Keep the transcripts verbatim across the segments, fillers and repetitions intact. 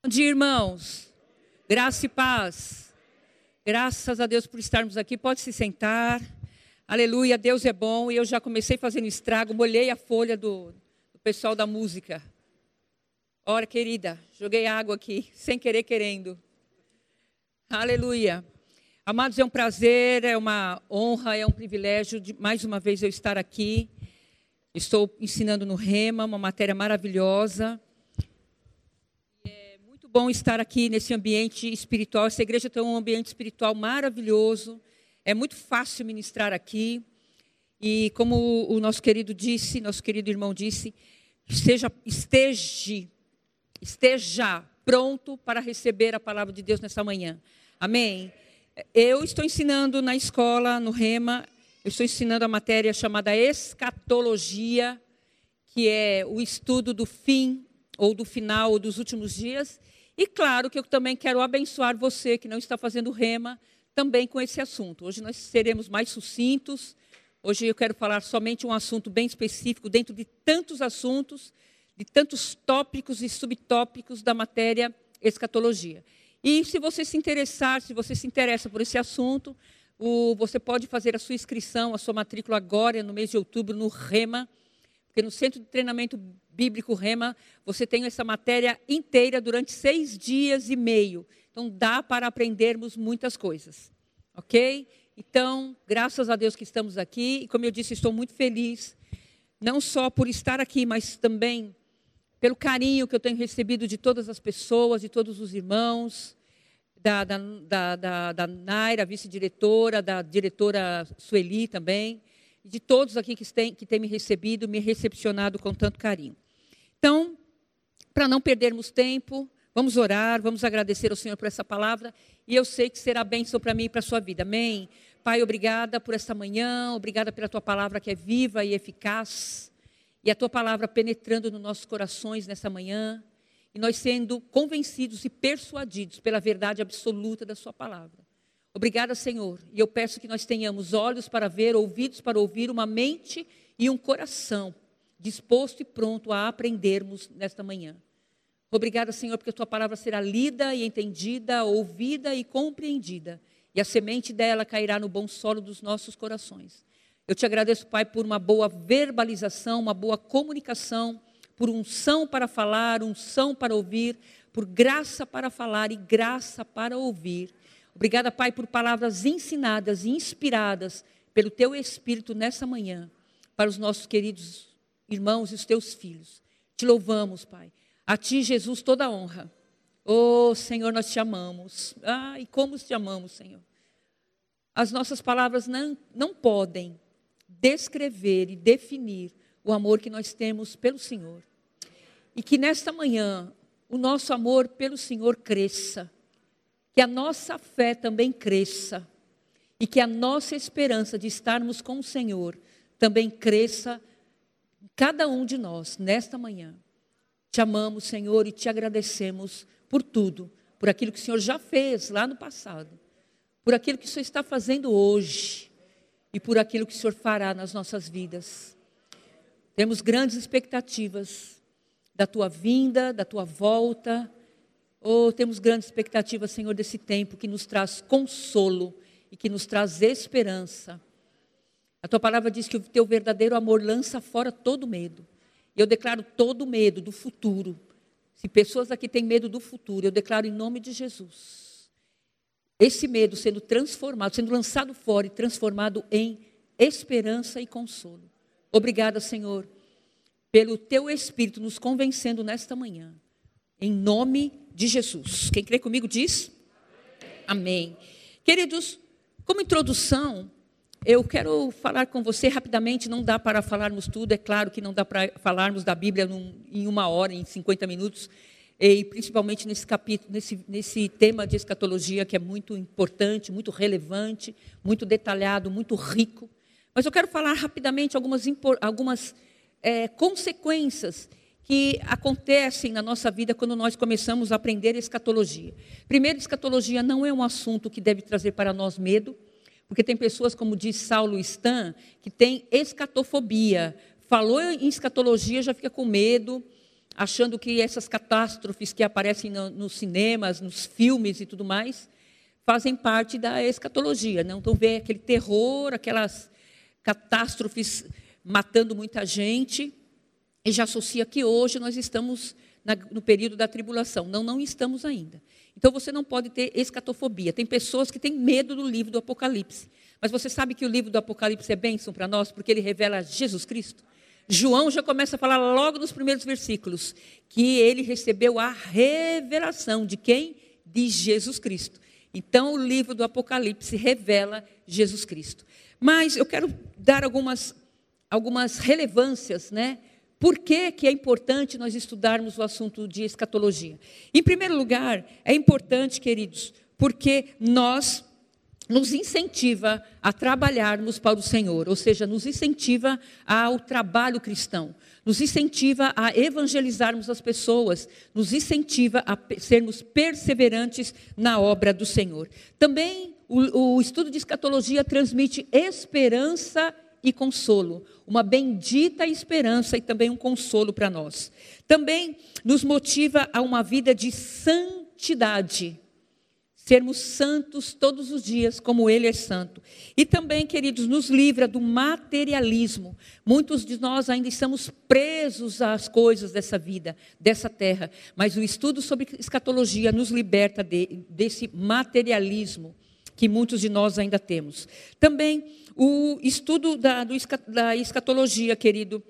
dia, irmãos. Graça e paz. Graças a Deus por estarmos aqui. Pode se sentar. Aleluia, Deus é bom. E eu já comecei fazendo estrago, molhei a folha do, do pessoal da música. Ora, querida, joguei água aqui, sem querer, querendo. Aleluia. Amados, é um prazer, é uma honra, é um privilégio de mais uma vez eu estar aqui. Estou ensinando no Rema, uma matéria maravilhosa. É muito bom estar aqui nesse ambiente espiritual. Essa igreja tem um ambiente espiritual maravilhoso. É muito fácil ministrar aqui. E como o nosso querido disse, nosso querido irmão disse, esteja, esteja, esteja pronto para receber a palavra de Deus nessa manhã. Amém? Eu estou ensinando na escola, no Rema, eu estou ensinando a matéria chamada escatologia, que é o estudo do fim, ou do final, ou dos últimos dias. E claro que eu também quero abençoar você que não está fazendo Rema, também com esse assunto. Hoje nós seremos mais sucintos. Hoje eu quero falar somente um assunto bem específico, dentro de tantos assuntos, de tantos tópicos e subtópicos da matéria escatologia. E se você se interessar, se você se interessa por esse assunto, o, você pode fazer a sua inscrição, a sua matrícula agora, no mês de outubro, no Rema, porque no Centro de Treinamento Bíblico Rema, você tem essa matéria inteira durante seis dias e meio. Então, dá para aprendermos muitas coisas, ok? Então, graças a Deus que estamos aqui, e como eu disse, estou muito feliz, não só por estar aqui, mas também pelo carinho que eu tenho recebido de todas as pessoas, de todos os irmãos, da, da, da, da, da Naira, vice-diretora, da diretora Sueli também, de todos aqui que têm, que têm me recebido, me recepcionado com tanto carinho. Então, para não perdermos tempo, vamos orar, vamos agradecer ao Senhor por essa palavra, e eu sei que será bênção para mim e para a sua vida, amém? Pai, obrigada por esta manhã, obrigada pela tua palavra que é viva e eficaz, e a tua palavra penetrando nos nossos corações nessa manhã, e nós sendo convencidos e persuadidos pela verdade absoluta da sua palavra. Obrigada, Senhor, e eu peço que nós tenhamos olhos para ver, ouvidos para ouvir, uma mente e um coração disposto e pronto a aprendermos nesta manhã. Obrigada, Senhor, porque a tua palavra será lida e entendida, ouvida e compreendida, e a semente dela cairá no bom solo dos nossos corações. Eu te agradeço, Pai, por uma boa verbalização, uma boa comunicação, por unção para falar, unção para ouvir, por graça para falar e graça para ouvir. Obrigada, Pai, por palavras ensinadas e inspiradas pelo Teu Espírito nessa manhã, para os nossos queridos irmãos e os Teus filhos. Te louvamos, Pai. A Ti, Jesus, toda a honra. Oh, Senhor, nós te amamos. Ah, e como te amamos, Senhor. As nossas palavras não, não podem descrever e definir o amor que nós temos pelo Senhor. E que nesta manhã o nosso amor pelo Senhor cresça, que a nossa fé também cresça e que a nossa esperança de estarmos com o Senhor também cresça em cada um de nós nesta manhã. Te amamos, Senhor, e te agradecemos por tudo, por aquilo que o Senhor já fez lá no passado, por aquilo que o Senhor está fazendo hoje, e por aquilo que o Senhor fará nas nossas vidas. Temos grandes expectativas da Tua vinda, da Tua volta. Oh, temos grandes expectativas, Senhor, desse tempo que nos traz consolo e que nos traz esperança. A Tua palavra diz que o Teu verdadeiro amor lança fora todo medo. E eu declaro todo medo do futuro. Se pessoas aqui têm medo do futuro, eu declaro em nome de Jesus. Esse medo sendo transformado, sendo lançado fora e transformado em esperança e consolo. Obrigada, Senhor, pelo Teu Espírito nos convencendo nesta manhã. Em nome de Jesus. Quem crê comigo diz? Amém. Amém. Queridos, como introdução, eu quero falar com você rapidamente, não dá para falarmos tudo, é claro que não dá para falarmos da Bíblia num, em uma hora, em cinquenta minutos, e principalmente nesse capítulo, nesse, nesse tema de escatologia, que é muito importante, muito relevante, muito detalhado, muito rico. Mas eu quero falar rapidamente algumas, algumas é, consequências que acontecem na nossa vida quando nós começamos a aprender escatologia. Primeiro, escatologia não é um assunto que deve trazer para nós medo, porque tem pessoas, como diz Saulo Stan, que tem escatofobia. Falou em escatologia, já fica com medo. achando que essas catástrofes que aparecem no, nos cinemas, nos filmes e tudo mais, fazem parte da escatologia. Não? Então, vê aquele terror, aquelas catástrofes matando muita gente, e já associa que hoje nós estamos na, no período da tribulação. Não, não estamos ainda. Então, você não pode ter escatofobia. Tem pessoas que têm medo do livro do Apocalipse. Mas você sabe que o livro do Apocalipse é bênção para nós, porque ele revela Jesus Cristo? João já começa a falar logo nos primeiros versículos, que ele recebeu a revelação de quem? De Jesus Cristo. Então, o livro do Apocalipse revela Jesus Cristo. Mas eu quero dar algumas, algumas relevâncias, né? Por que que é importante nós estudarmos o assunto de escatologia? Em primeiro lugar, é importante, queridos, porque nós nos incentiva a trabalharmos para o Senhor, ou seja, nos incentiva ao trabalho cristão, nos incentiva a evangelizarmos as pessoas, nos incentiva a sermos perseverantes na obra do Senhor. Também o, o estudo de escatologia transmite esperança e consolo, uma bendita esperança e também um consolo para nós. Também nos motiva a uma vida de santidade, sermos santos todos os dias, como Ele é santo. E também, queridos, nos livra do materialismo. Muitos de nós ainda estamos presos às coisas dessa vida, dessa terra, mas o estudo sobre escatologia nos liberta de, desse materialismo que muitos de nós ainda temos. Também o estudo da, do, da escatologia, querido,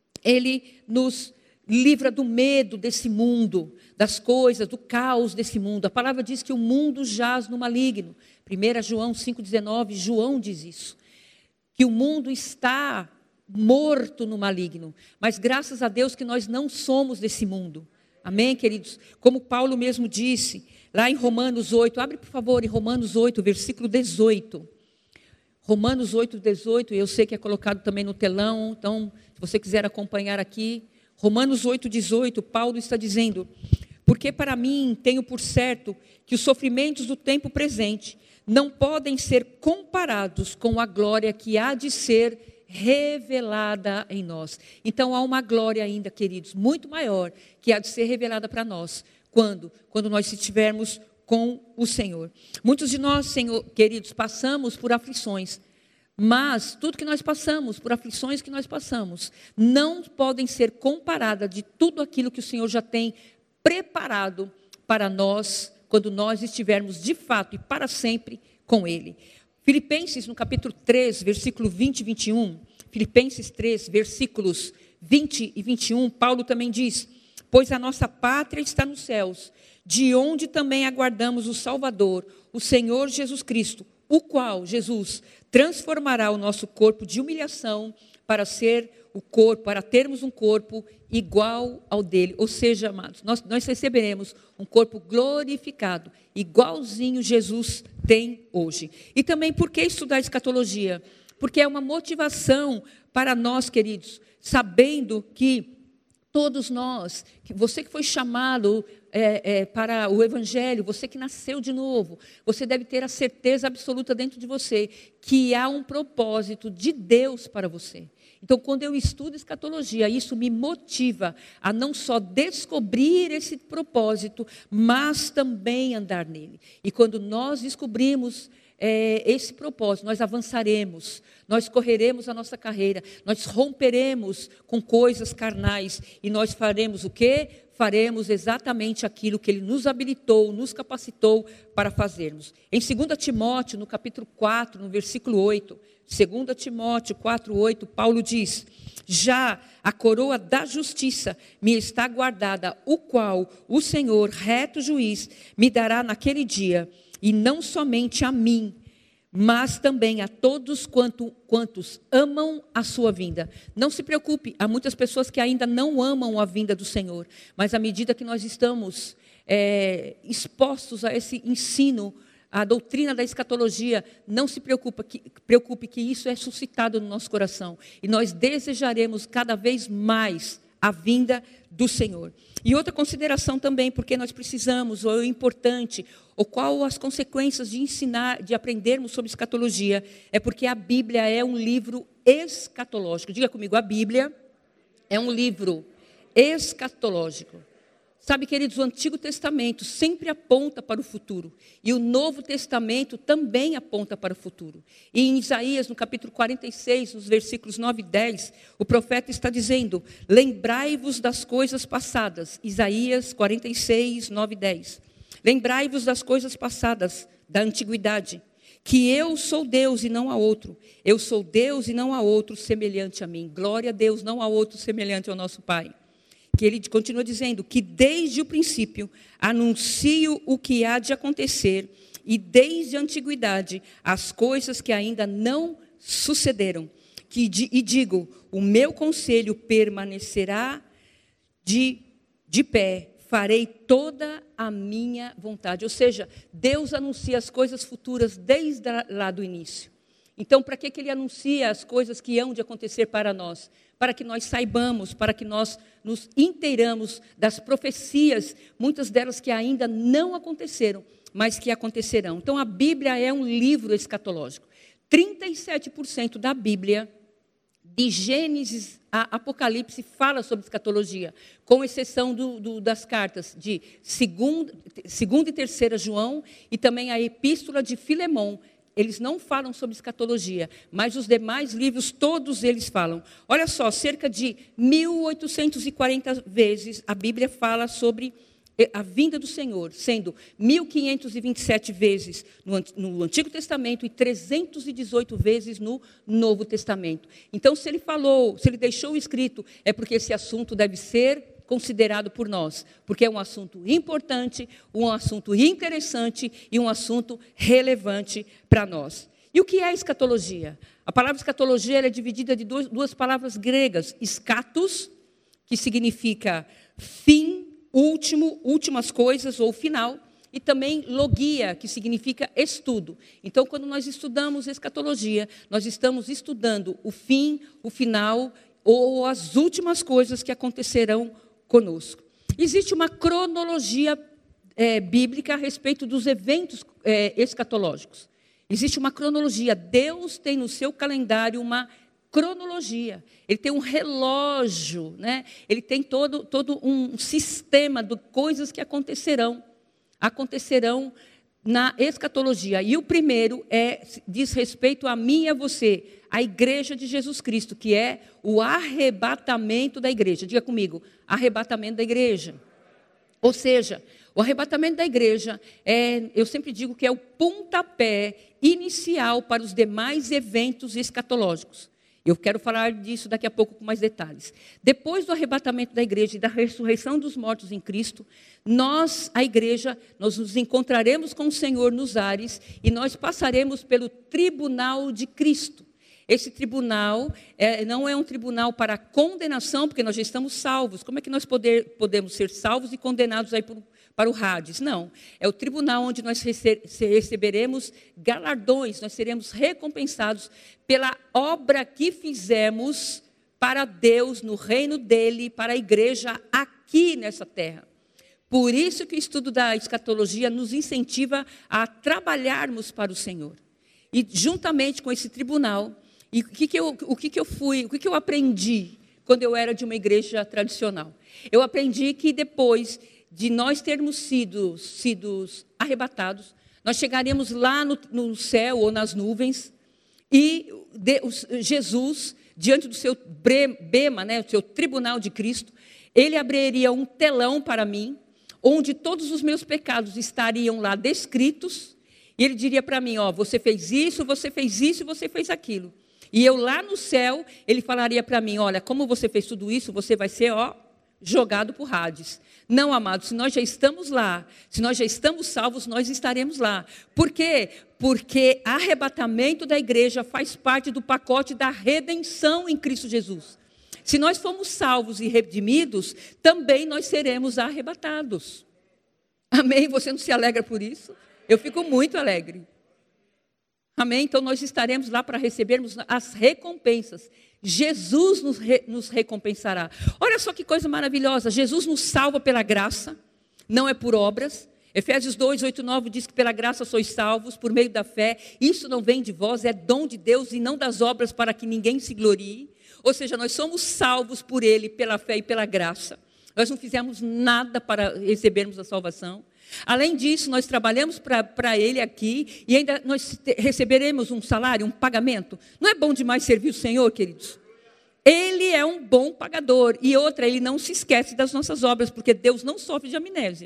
ele nos livra do medo desse mundo, das coisas, do caos desse mundo. A palavra diz que o mundo jaz no maligno. primeira João cinco dezenove, João diz isso. Que o mundo está morto no maligno. Mas graças a Deus que nós não somos desse mundo. Amém, queridos? Como Paulo mesmo disse, lá em Romanos oito, abre por favor em Romanos oito, versículo dezoito. Romanos oito, dezoito, eu sei que é colocado também no telão, então, se você quiser acompanhar aqui, Romanos oito, dezoito, Paulo está dizendo: porque para mim tenho por certo que os sofrimentos do tempo presente não podem ser comparados com a glória que há de ser revelada em nós. Então há uma glória ainda, queridos, muito maior, que há de ser revelada para nós. Quando? Quando nós estivermos com o Senhor. Muitos de nós, Senhor, queridos, passamos por aflições. Mas tudo que nós passamos, por aflições que nós passamos, não podem ser comparadas de tudo aquilo que o Senhor já tem preparado para nós, quando nós estivermos de fato e para sempre com Ele. Filipenses, no capítulo três, versículo vinte e vinte e um, Filipenses três, versículos vinte e vinte e um, Paulo também diz: pois a nossa pátria está nos céus, de onde também aguardamos o Salvador, o Senhor Jesus Cristo, o qual, Jesus, transformará o nosso corpo de humilhação para ser o corpo, para termos um corpo igual ao dele. Ou seja, amados, nós, nós receberemos um corpo glorificado, igualzinho Jesus tem hoje. E também, por que estudar escatologia? Porque é uma motivação para nós, queridos, sabendo que todos nós, você que foi chamado é, é, para o Evangelho, você que nasceu de novo, você deve ter a certeza absoluta dentro de você que há um propósito de Deus para você. Então, quando eu estudo escatologia, isso me motiva a não só descobrir esse propósito, mas também andar nele. E quando nós descobrimos É, esse propósito, nós avançaremos, nós correremos a nossa carreira, nós romperemos com coisas carnais e nós faremos o quê? Faremos exatamente aquilo que Ele nos habilitou, nos capacitou para fazermos. Em segunda Timóteo, no capítulo quatro, no versículo oito, segunda Timóteo quatro, oito, Paulo diz: já a coroa da justiça me está guardada, o qual o Senhor, reto juiz, me dará naquele dia. E não somente a mim, mas também a todos quanto, quantos amam a sua vinda. Não se preocupe, há muitas pessoas que ainda não amam a vinda do Senhor. Mas à medida que nós estamos é, expostos a esse ensino, a doutrina da escatologia, não se preocupe que, preocupe que isso é suscitado no nosso coração. E nós desejaremos cada vez mais a vinda do Senhor. E outra consideração também, porque nós precisamos, ou é importante, ou qual as consequências de ensinar, de aprendermos sobre escatologia, é porque a Bíblia é um livro escatológico. Diga comigo, a Bíblia é um livro escatológico. Sabe, queridos, o Antigo Testamento sempre aponta para o futuro. E o Novo Testamento também aponta para o futuro. E em Isaías, no capítulo quarenta e seis, nos versículos nove e dez, o profeta está dizendo: lembrai-vos das coisas passadas. Isaías quarenta e seis, nove e dez. Lembrai-vos das coisas passadas, da antiguidade, que eu sou Deus e não há outro. Eu sou Deus e não há outro semelhante a mim. Glória a Deus, não há outro semelhante ao nosso Pai. Que ele continua dizendo que desde o princípio anuncio o que há de acontecer e desde a antiguidade as coisas que ainda não sucederam. Que, e digo, o meu conselho permanecerá de, de pé, farei toda a minha vontade. Ou seja, Deus anuncia as coisas futuras desde lá do início. Então, para que, que ele anuncia as coisas que hão de acontecer para nós? Para que nós saibamos, para que nós nos inteiramos das profecias, muitas delas que ainda não aconteceram, mas que acontecerão. Então, a Bíblia é um livro escatológico. trinta e sete por cento da Bíblia, de Gênesis a Apocalipse, fala sobre escatologia, com exceção do, do, das cartas de segunda, segunda e terceira João e também a Epístola de Filemão. Eles não falam sobre escatologia, mas os demais livros, todos eles falam. Olha só, cerca de mil oitocentas e quarenta vezes a Bíblia fala sobre a vinda do Senhor, sendo mil quinhentas e vinte e sete vezes no, no Antigo Testamento e trezentas e dezoito vezes no Novo Testamento. Então, se ele falou, se ele deixou escrito, é porque esse assunto deve ser considerado por nós, porque é um assunto importante, um assunto interessante e um assunto relevante para nós. E o que é escatologia? A palavra escatologia ela é dividida de duas, duas palavras gregas, escatos, que significa fim, último, últimas coisas ou final, e também logia, que significa estudo. Então, quando nós estudamos escatologia, nós estamos estudando o fim, o final ou as últimas coisas que acontecerão conosco. Existe uma cronologia é, bíblica a respeito dos eventos é, escatológicos. Existe uma cronologia. Deus tem no seu calendário uma cronologia. Ele tem um relógio, né? Ele tem todo, todo um sistema de coisas que acontecerão. Acontecerão na escatologia. E o primeiro é, diz respeito a mim e a você, a igreja de Jesus Cristo, que é o arrebatamento da igreja. Diga comigo, arrebatamento da igreja. Ou seja, o arrebatamento da igreja, é, eu sempre digo que é o pontapé inicial para os demais eventos escatológicos. Eu quero falar disso daqui a pouco com mais detalhes. Depois do arrebatamento da igreja e da ressurreição dos mortos em Cristo, nós, a igreja, nós nos encontraremos com o Senhor nos ares e nós passaremos pelo tribunal de Cristo. Esse tribunal é, não é um tribunal para condenação, porque nós já estamos salvos. Como é que nós poder, podemos ser salvos e condenados aí por, para o Hades? Não, é o tribunal onde nós rece, receberemos galardões, nós seremos recompensados pela obra que fizemos para Deus, no reino dele, para a igreja aqui nessa terra. Por isso que o estudo da escatologia nos incentiva a trabalharmos para o Senhor. E juntamente com esse tribunal, e o que, que, eu, o que, que eu fui, o que, que eu aprendi quando eu era de uma igreja tradicional? Eu aprendi que depois de nós termos sido, sido arrebatados, nós chegaremos lá no, no céu ou nas nuvens, e de, o, Jesus, diante do seu bema, né, o seu tribunal de Cristo, ele abriria um telão para mim, onde todos os meus pecados estariam lá descritos, e ele diria para mim, ó, você fez isso, você fez isso e você fez aquilo. E eu lá no céu, ele falaria para mim, olha, como você fez tudo isso, você vai ser, ó, jogado por Hades. Não, amados, se nós já estamos lá, se nós já estamos salvos, nós estaremos lá. Por quê? Porque arrebatamento da igreja faz parte do pacote da redenção em Cristo Jesus. Se nós fomos salvos e redimidos, também nós seremos arrebatados. Amém? Você não se alegra por isso? Eu fico muito alegre. Amém? Então, nós estaremos lá para recebermos as recompensas. Jesus nos, re, nos recompensará. Olha só que coisa maravilhosa. Jesus nos salva pela graça, não é por obras. Efésios dois, oito e nove diz que pela graça sois salvos, por meio da fé. Isso não vem de vós, é dom de Deus e não das obras para que ninguém se glorie. Ou seja, nós somos salvos por Ele, pela fé e pela graça. Nós não fizemos nada para recebermos a salvação. Além disso, nós trabalhamos para Ele aqui e ainda nós receberemos um salário, um pagamento. Não é bom demais servir o Senhor, queridos? Ele é um bom pagador. E outra, Ele não se esquece das nossas obras, porque Deus não sofre de amnésia.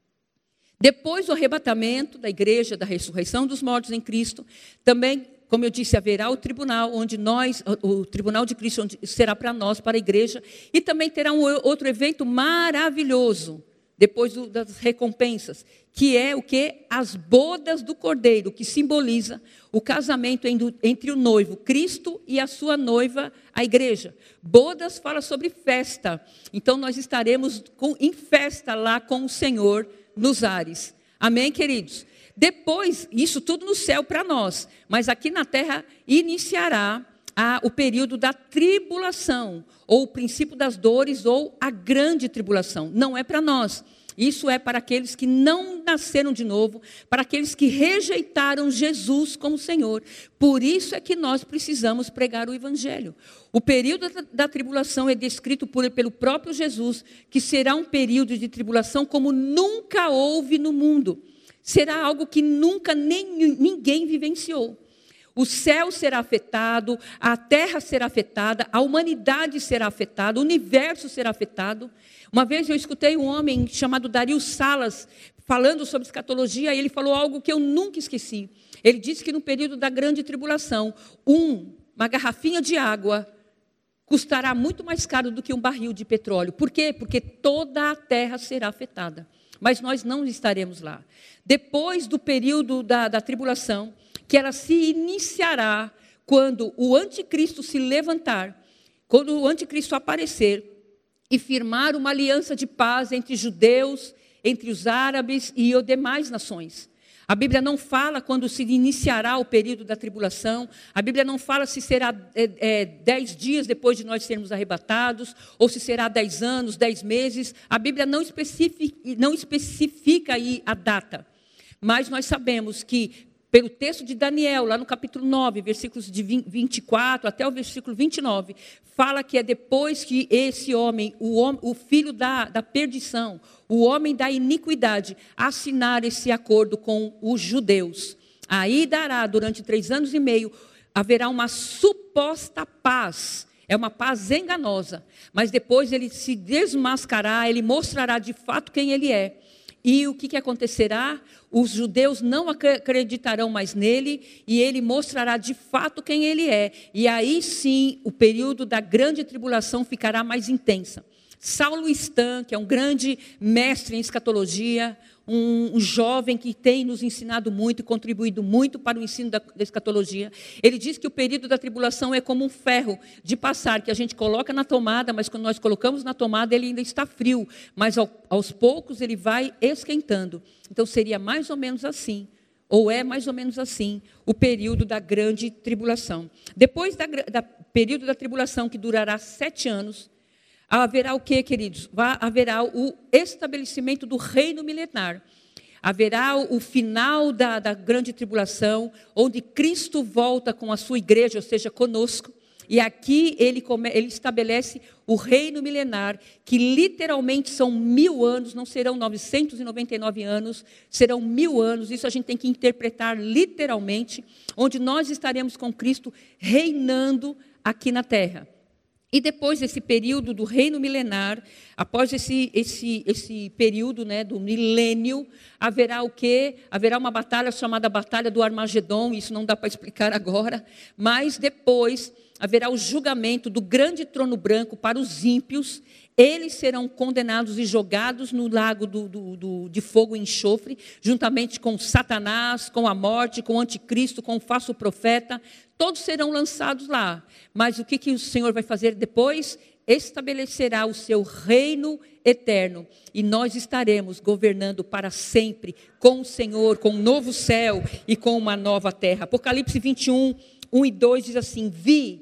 Depois do arrebatamento da igreja, da ressurreição dos mortos em Cristo, também, como eu disse, haverá o tribunal, onde nós, o tribunal de Cristo onde será para nós, para a igreja, e também terá um outro evento maravilhoso, depois do, das recompensas, que é o que? As bodas do Cordeiro, que simboliza o casamento entre o noivo, Cristo, e a sua noiva, a igreja. Bodas fala sobre festa, então nós estaremos com, em festa lá com o Senhor nos ares. Amém, queridos? Depois, isso tudo no céu para nós, mas aqui na terra iniciará a, o período da tribulação, ou o princípio das dores, ou a grande tribulação. Não é para nós. Isso é para aqueles que não nasceram de novo, para aqueles que rejeitaram Jesus como Senhor. Por isso é que nós precisamos pregar o Evangelho. O período da, da tribulação é descrito por, pelo próprio Jesus, que será um período de tribulação como nunca houve no mundo. Será algo que nunca nem, ninguém vivenciou. O céu será afetado, a terra será afetada, a humanidade será afetada, o universo será afetado. Uma vez eu escutei um homem chamado Dario Salas falando sobre escatologia e ele falou algo que eu nunca esqueci. Ele disse que no período da grande tribulação, um, uma garrafinha de água custará muito mais caro do que um barril de petróleo. Por quê? Porque toda a terra será afetada. Mas nós não estaremos lá. Depois do período da, da tribulação, que ela se iniciará quando o anticristo se levantar, quando o anticristo aparecer e firmar uma aliança de paz entre judeus, entre os árabes e as demais nações. A Bíblia não fala quando se iniciará o período da tribulação, a Bíblia não fala se será é, é, dez dias depois de nós sermos arrebatados, ou se será dez anos, dez meses, a Bíblia não especifica, não especifica aí a data, mas nós sabemos que pelo texto de Daniel, lá no capítulo nove, versículos de vinte e quatro até o versículo vinte e nove, fala que é depois que esse homem, o, homem, o filho da, da perdição, o homem da iniquidade, assinar esse acordo com os judeus. Aí dará, durante três anos e meio, haverá uma suposta paz. É uma paz enganosa, mas depois ele se desmascarará, ele mostrará de fato quem ele é. E o que, que acontecerá? Os judeus não acreditarão mais nele e ele mostrará de fato quem ele é. E aí sim, o período da grande tribulação ficará mais intensa. Saulo Stan, que é um grande mestre em escatologia, um, um jovem que tem nos ensinado muito e contribuído muito para o ensino da, da escatologia, ele diz que o período da tribulação é como um ferro de passar, que a gente coloca na tomada, mas quando nós colocamos na tomada ele ainda está frio, mas ao, aos poucos ele vai esquentando. Então seria mais ou menos assim, ou é mais ou menos assim, o período da grande tribulação. Depois do período da tribulação, que durará sete anos, haverá o que, queridos? Haverá o estabelecimento do reino milenar. Haverá o final da, da grande tribulação, onde Cristo volta com a sua igreja, ou seja, conosco. E aqui ele, come, ele estabelece o reino milenar, que literalmente são mil anos, não serão novecentos e noventa e nove anos, serão mil anos. Isso a gente tem que interpretar literalmente, onde nós estaremos com Cristo reinando aqui na terra. E depois desse período do reino milenar, após esse, esse, esse período, né, do milênio, haverá o quê? Haverá uma batalha chamada Batalha do Armagedon, isso não dá para explicar agora, mas depois haverá o julgamento do grande trono branco para os ímpios. Eles serão condenados e jogados no lago do, do, do, de fogo e enxofre, juntamente com Satanás, com a morte, com o anticristo, com o falso profeta. Todos serão lançados lá. Mas o que, que o Senhor vai fazer depois? Estabelecerá o seu reino eterno. E nós estaremos governando para sempre com o Senhor, com um novo céu e com uma nova terra. Apocalipse vinte e um, um e dois diz assim: vi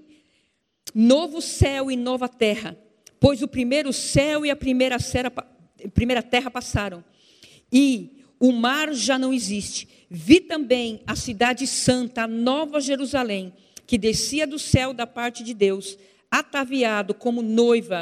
novo céu e nova terra, pois o primeiro céu e a primeira, serra, primeira terra passaram, e o mar já não existe. Vi também a cidade santa, a nova Jerusalém, que descia do céu da parte de Deus, ataviado como noiva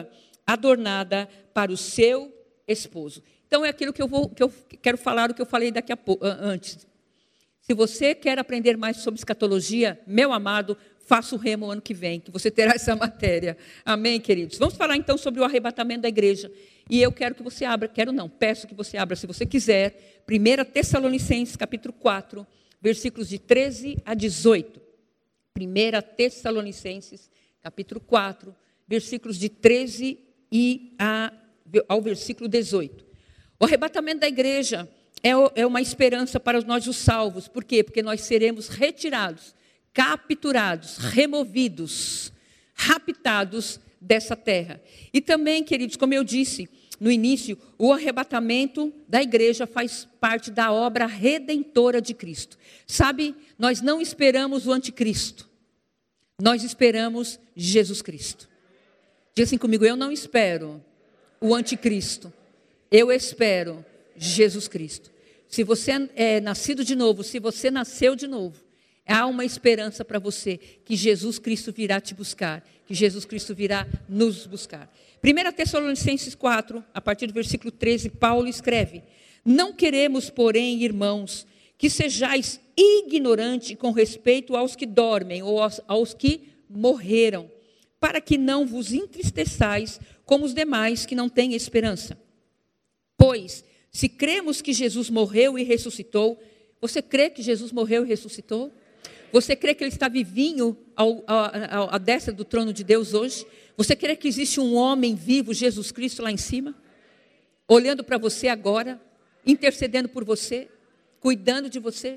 adornada para o seu esposo. Então é aquilo que eu, vou, que eu quero falar, o que eu falei daqui a pouco, antes. Se você quer aprender mais sobre escatologia, meu amado, faça o remo ano que vem, que você terá essa matéria. Amém, queridos? Vamos falar então sobre o arrebatamento da igreja. E eu quero que você abra, quero não, peço que você abra, se você quiser, primeira Tessalonicenses, capítulo quatro, versículos de treze a dezoito. primeira Tessalonicenses, capítulo quatro, versículos de treze e a, ao versículo dezoito. O arrebatamento da igreja é, é uma esperança para nós os salvos. Por quê? Porque nós seremos retirados, capturados, removidos, raptados dessa terra. E também, queridos, como eu disse no início, o arrebatamento da igreja faz parte da obra redentora de Cristo. Sabe, nós não esperamos o anticristo, nós esperamos Jesus Cristo. Diga assim comigo, eu não espero o anticristo, eu espero Jesus Cristo. Se você é nascido de novo, se você nasceu de novo, há uma esperança para você, que Jesus Cristo virá te buscar, que Jesus Cristo virá nos buscar. primeira Tessalonicenses quatro, a partir do versículo treze, Paulo escreve: não queremos, porém, irmãos, que sejais ignorantes com respeito aos que dormem, ou aos, aos que morreram, para que não vos entristeçais como os demais que não têm esperança. Pois, se cremos que Jesus morreu e ressuscitou, você crê que Jesus morreu e ressuscitou? Você crê que Ele está vivinho ao, ao, à destra do trono de Deus hoje? Você crê que existe um homem vivo, Jesus Cristo, lá em cima? Olhando para você agora, intercedendo por você, cuidando de você?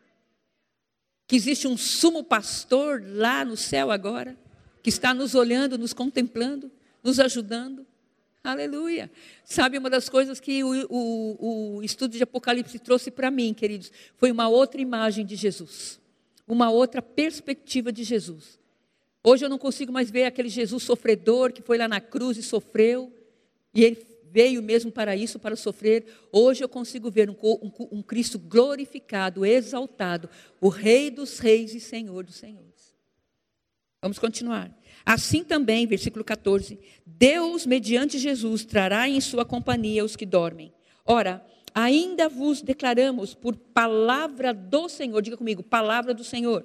Que existe um sumo pastor lá no céu agora, que está nos olhando, nos contemplando, nos ajudando? Aleluia. Sabe, uma das coisas que o, o, o estudo de Apocalipse trouxe para mim, queridos, foi uma outra imagem de Jesus, uma outra perspectiva de Jesus. Hoje eu não consigo mais ver aquele Jesus sofredor que foi lá na cruz e sofreu, e Ele veio mesmo para isso, para sofrer. Hoje eu consigo ver um, um, um Cristo glorificado, exaltado, o Rei dos reis e Senhor dos senhores. Vamos continuar. Assim também, versículo catorze, Deus, mediante Jesus, trará em sua companhia os que dormem. Ora, ainda vos declaramos por palavra do Senhor, diga comigo, palavra do Senhor.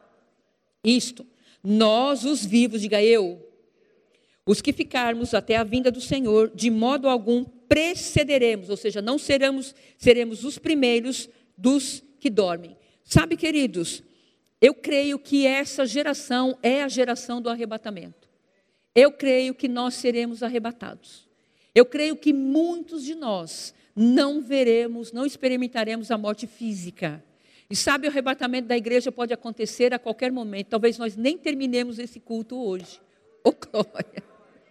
Isto, nós os vivos, diga eu, os que ficarmos até a vinda do Senhor, de modo algum precederemos, ou seja, não seremos, seremos os primeiros dos que dormem. Sabe, queridos, eu creio que essa geração é a geração do arrebatamento. Eu creio que nós seremos arrebatados. Eu creio que muitos de nós não veremos, não experimentaremos a morte física. E sabe, o arrebatamento da igreja pode acontecer a qualquer momento. Talvez nós nem terminemos esse culto hoje. Oh, glória!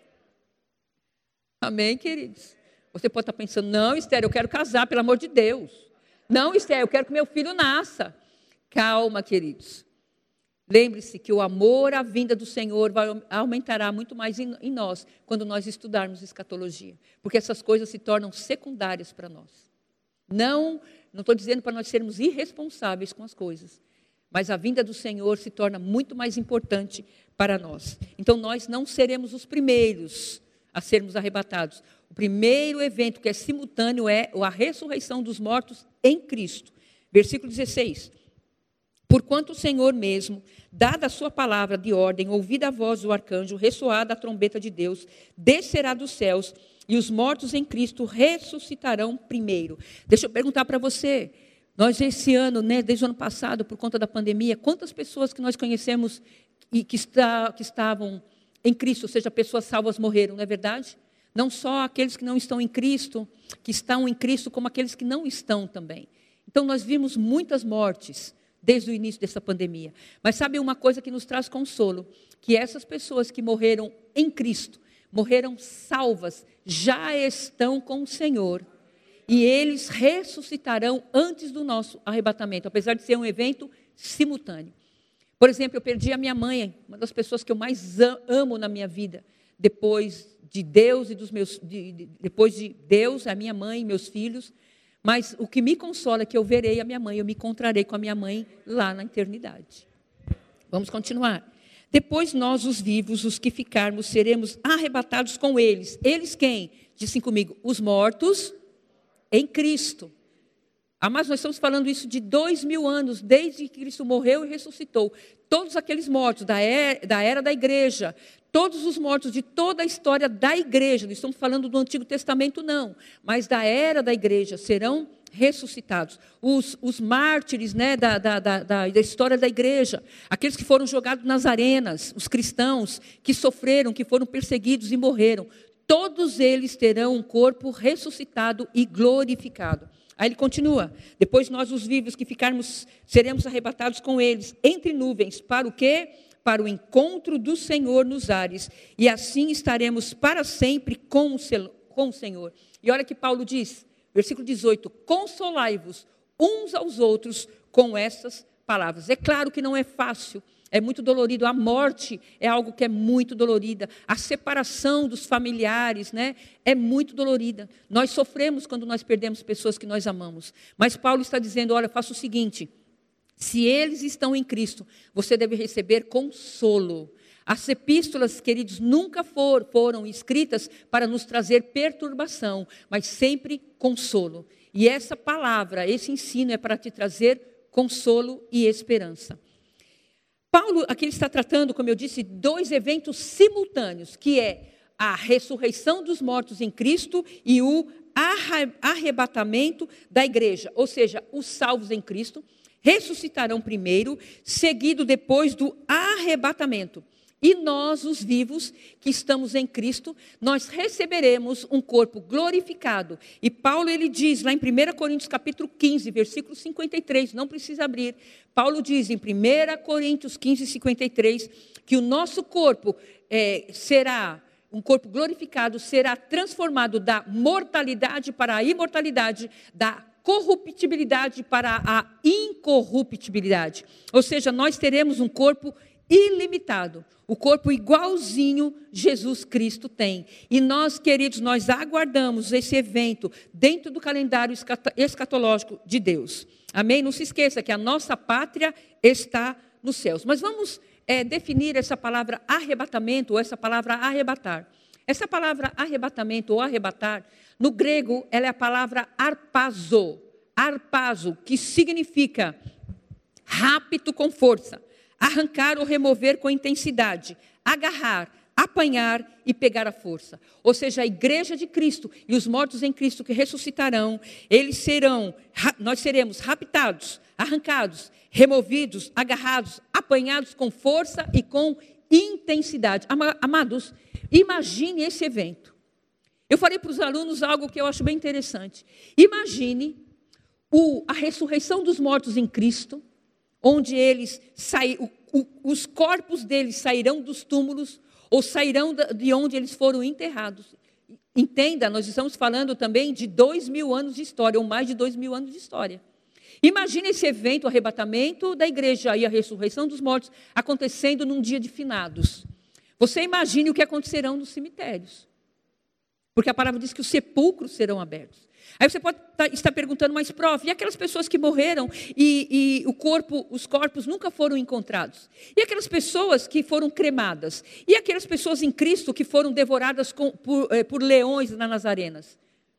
Amém, queridos? Você pode estar pensando, não, Esther, eu quero casar, pelo amor de Deus. Não, Esther, eu quero que meu filho nasça. Calma, queridos. Lembre-se que o amor à vinda do Senhor vai, aumentará muito mais em, em nós, quando nós estudarmos escatologia. Porque essas coisas se tornam secundárias para nós. Não, não estou dizendo para nós sermos irresponsáveis com as coisas. Mas a vinda do Senhor se torna muito mais importante para nós. Então nós não seremos os primeiros a sermos arrebatados. O primeiro evento que é simultâneo é a ressurreição dos mortos em Cristo. Versículo dezesseis. Porquanto o Senhor mesmo, dada a sua palavra de ordem, ouvida a voz do arcanjo, ressoada a trombeta de Deus, descerá dos céus e os mortos em Cristo ressuscitarão primeiro. Deixa eu perguntar para você, nós esse ano, né, desde o ano passado, por conta da pandemia, quantas pessoas que nós conhecemos e que, está, que estavam em Cristo, ou seja, pessoas salvas morreram, não é verdade? Não só aqueles que não estão em Cristo, que estão em Cristo, como aqueles que não estão também. Então nós vimos muitas mortes desde o início dessa pandemia. Mas sabe uma coisa que nos traz consolo? Que essas pessoas que morreram em Cristo, morreram salvas, já estão com o Senhor. E eles ressuscitarão antes do nosso arrebatamento, apesar de ser um evento simultâneo. Por exemplo, eu perdi a minha mãe, uma das pessoas que eu mais amo na minha vida, depois de Deus e dos meus, de, de, depois de Deus, a minha mãe e meus filhos. Mas o que me consola é que eu verei a minha mãe, eu me encontrarei com a minha mãe lá na eternidade. Vamos continuar. Depois nós, os vivos, os que ficarmos, seremos arrebatados com eles. Eles quem? Dizem comigo, os mortos em Cristo. Ah, mas nós estamos falando isso de dois mil anos, desde que Cristo morreu e ressuscitou. Todos aqueles mortos da era, da era da igreja, todos os mortos de toda a história da igreja, não estamos falando do Antigo Testamento não, mas da era da igreja, serão ressuscitados. Os, os mártires, né, da, da, da, da história da igreja, aqueles que foram jogados nas arenas, os cristãos que sofreram, que foram perseguidos e morreram, todos eles terão um corpo ressuscitado e glorificado. Aí ele continua, depois nós os vivos que ficarmos, seremos arrebatados com eles, entre nuvens, para o quê? Para o encontro do Senhor nos ares, e assim estaremos para sempre com o Senhor. E olha que Paulo diz, versículo dezoito, consolai-vos uns aos outros com essas palavras. É claro que não é fácil, é muito dolorido, a morte é algo que é muito dolorida, a separação dos familiares, né, é muito dolorida. Nós sofremos quando nós perdemos pessoas que nós amamos, mas Paulo está dizendo, olha, faça o seguinte, se eles estão em Cristo, você deve receber consolo. As epístolas, queridos, nunca for, foram escritas para nos trazer perturbação, mas sempre consolo. E essa palavra, esse ensino é para te trazer consolo e esperança. Paulo aqui está tratando, como eu disse, dois eventos simultâneos, que é a ressurreição dos mortos em Cristo e o arrebatamento da igreja. Ou seja, os salvos em Cristo ressuscitarão primeiro, seguido depois do arrebatamento. E nós, os vivos, que estamos em Cristo, nós receberemos um corpo glorificado. E Paulo, ele diz lá em primeira Coríntios capítulo quinze, versículo cinquenta e três, não precisa abrir. Paulo diz em primeira Coríntios quinze, cinquenta e três, que o nosso corpo é, será, um corpo glorificado, será transformado da mortalidade para a imortalidade, da corruptibilidade para a incorruptibilidade. Ou seja, nós teremos um corpo ilimitado, o corpo igualzinho Jesus Cristo tem. E nós, queridos, nós aguardamos esse evento dentro do calendário escatológico de Deus. Amém? Não se esqueça que a nossa pátria está nos céus. Mas vamos é, definir essa palavra arrebatamento, ou essa palavra arrebatar. Essa palavra arrebatamento ou arrebatar, no grego, ela é a palavra arpazo, arpazo, que significa rápido com força, arrancar ou remover com intensidade, agarrar, apanhar e pegar a força. Ou seja, a igreja de Cristo e os mortos em Cristo que ressuscitarão, eles serão, nós seremos raptados, arrancados, removidos, agarrados, apanhados com força e com intensidade. Amados, imagine esse evento. Eu falei para os alunos algo que eu acho bem interessante. Imagine o, a ressurreição dos mortos em Cristo, onde eles sair, o, o, os corpos deles sairão dos túmulos ou sairão de onde eles foram enterrados. Entenda, nós estamos falando também de dois mil anos de história, ou mais de dois mil anos de história. Imagine esse evento, o arrebatamento da igreja e a ressurreição dos mortos acontecendo num dia de finados. Você imagine o que acontecerão nos cemitérios. Porque a palavra diz que os sepulcros serão abertos. Aí você pode estar perguntando, mas prof, e aquelas pessoas que morreram e, e o corpo, os corpos nunca foram encontrados? E aquelas pessoas que foram cremadas? E aquelas pessoas em Cristo que foram devoradas com, por, eh, por leões nas arenas?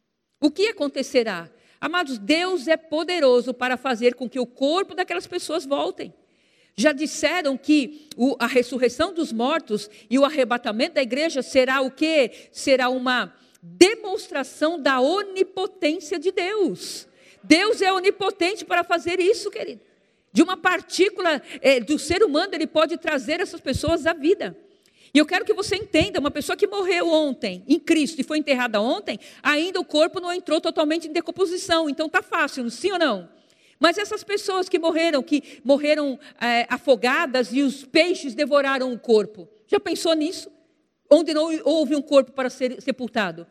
O que acontecerá? Amados, Deus é poderoso para fazer com que o corpo daquelas pessoas voltem. Já disseram que o, a ressurreição dos mortos e o arrebatamento da igreja será o quê? Será uma demonstração da onipotência de Deus. Deus é onipotente para fazer isso, querido. De uma partícula é, do ser humano, ele pode trazer essas pessoas à vida. E eu quero que você entenda, uma pessoa que morreu ontem em Cristo e foi enterrada ontem, ainda o corpo não entrou totalmente em decomposição, então está fácil, sim ou não? Mas essas pessoas que morreram, que morreram é, afogadas e os peixes devoraram o corpo, já pensou nisso? Onde não houve um corpo para ser sepultado.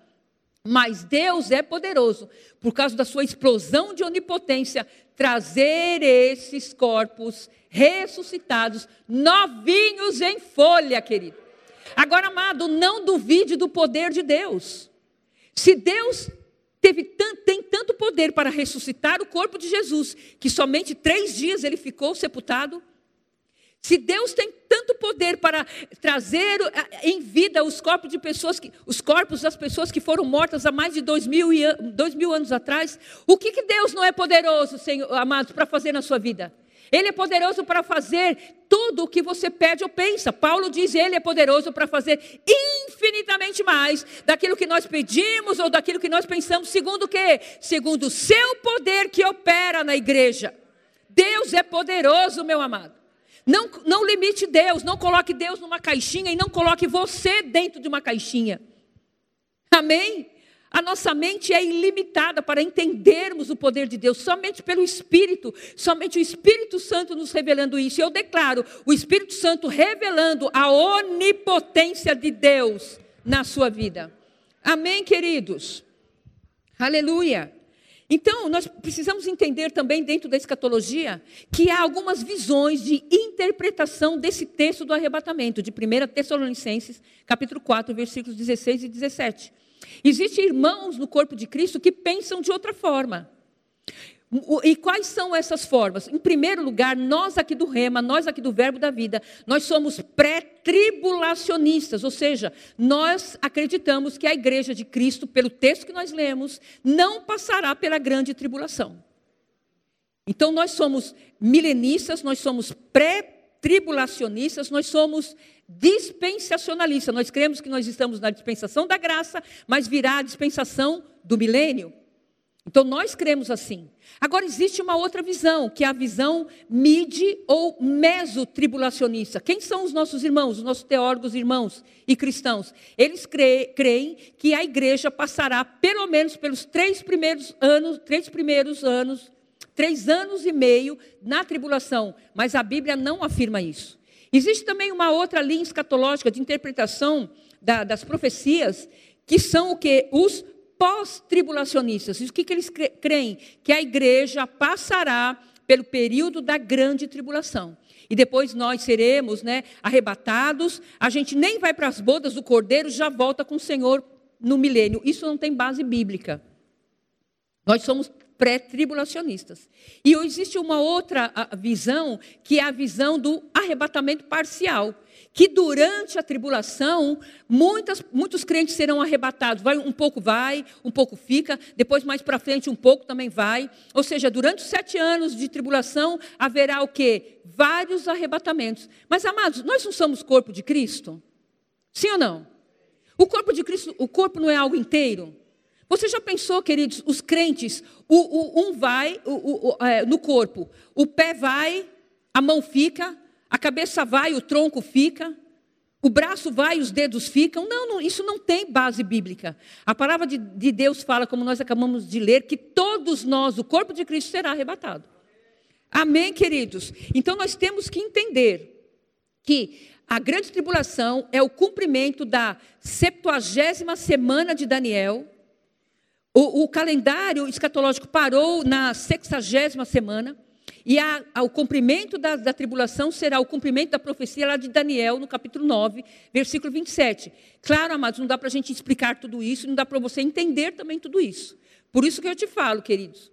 Mas Deus é poderoso, por causa da sua explosão de onipotência, trazer esses corpos ressuscitados, novinhos em folha, querido. Agora, amado, não duvide do poder de Deus. Se Deus teve tanto, tem tanto poder para ressuscitar o corpo de Jesus, que somente três dias ele ficou sepultado, Se Deus tem tanto poder para trazer em vida os corpos de pessoas, que, os corpos das pessoas que foram mortas há mais de dois mil, dois mil anos atrás, o que, que Deus não é poderoso, Senhor, amados, para fazer na sua vida? Ele é poderoso para fazer tudo o que você pede ou pensa. Paulo diz, Ele é poderoso para fazer infinitamente mais daquilo que nós pedimos ou daquilo que nós pensamos, segundo o quê? Segundo o seu poder que opera na igreja. Deus é poderoso, meu amado. Não, não limite Deus, não coloque Deus numa caixinha e não coloque você dentro de uma caixinha. Amém? A nossa mente é ilimitada para entendermos o poder de Deus, somente pelo Espírito, somente o Espírito Santo nos revelando isso. E eu declaro, o Espírito Santo revelando a onipotência de Deus na sua vida. Amém, queridos? Aleluia! Então, nós precisamos entender também, dentro da escatologia, que há algumas visões de interpretação desse texto do arrebatamento, de primeira Tessalonicenses, capítulo quatro, versículos dezesseis e dezessete. Existem irmãos no corpo de Cristo que pensam de outra forma. E quais são essas formas? Em primeiro lugar, nós aqui do Rema, nós aqui do Verbo da Vida, nós somos pré-tribulacionistas, ou seja, nós acreditamos que a igreja de Cristo, pelo texto que nós lemos, não passará pela grande tribulação. Então nós somos milenistas, nós somos pré-tribulacionistas, nós somos dispensacionalistas. Nós cremos que nós estamos na dispensação da graça, mas virá a dispensação do milênio. Então, nós cremos assim. Agora, existe uma outra visão, que é a visão midi- ou mesotribulacionista. Quem são os nossos irmãos, os nossos teólogos irmãos e cristãos? Eles cre- creem que a igreja passará, pelo menos pelos três primeiros anos, três primeiros anos, três anos e meio na tribulação. Mas a Bíblia não afirma isso. Existe também uma outra linha escatológica de interpretação da, das profecias, que são o quê? Os pós-tribulacionistas. O que, que eles creem? Que a igreja passará pelo período da grande tribulação. E depois nós seremos, né, arrebatados, a gente nem vai para as bodas do Cordeiro, já volta com o Senhor no milênio. Isso não tem base bíblica. Nós somos pré-tribulacionistas. E existe uma outra visão, que é a visão do arrebatamento parcial, que durante a tribulação, muitas, muitos crentes serão arrebatados. Vai, um pouco vai, um pouco fica, depois mais para frente um pouco também vai. Ou seja, durante os sete anos de tribulação, haverá o quê? Vários arrebatamentos. Mas, amados, nós não somos corpo de Cristo? Sim ou não? O corpo de Cristo, o corpo não é algo inteiro? Você já pensou, queridos, os crentes, o, o, um vai o, o, o, é, no corpo, o pé vai, a mão fica, a cabeça vai, o tronco fica, o braço vai, os dedos ficam. Não, não, isso não tem base bíblica. A palavra de, de Deus fala, como nós acabamos de ler, que todos nós, o corpo de Cristo, será arrebatado. Amém, queridos? Então nós temos que entender que a grande tribulação é o cumprimento da septuagésima semana de Daniel. O, o calendário escatológico parou na sexagésima semana, e a, a, o cumprimento da, da tribulação será o cumprimento da profecia lá de Daniel, no capítulo nove, versículo vinte e sete. Claro, amados, não dá para a gente explicar tudo isso, não dá para você entender também tudo isso. Por isso que eu te falo, queridos,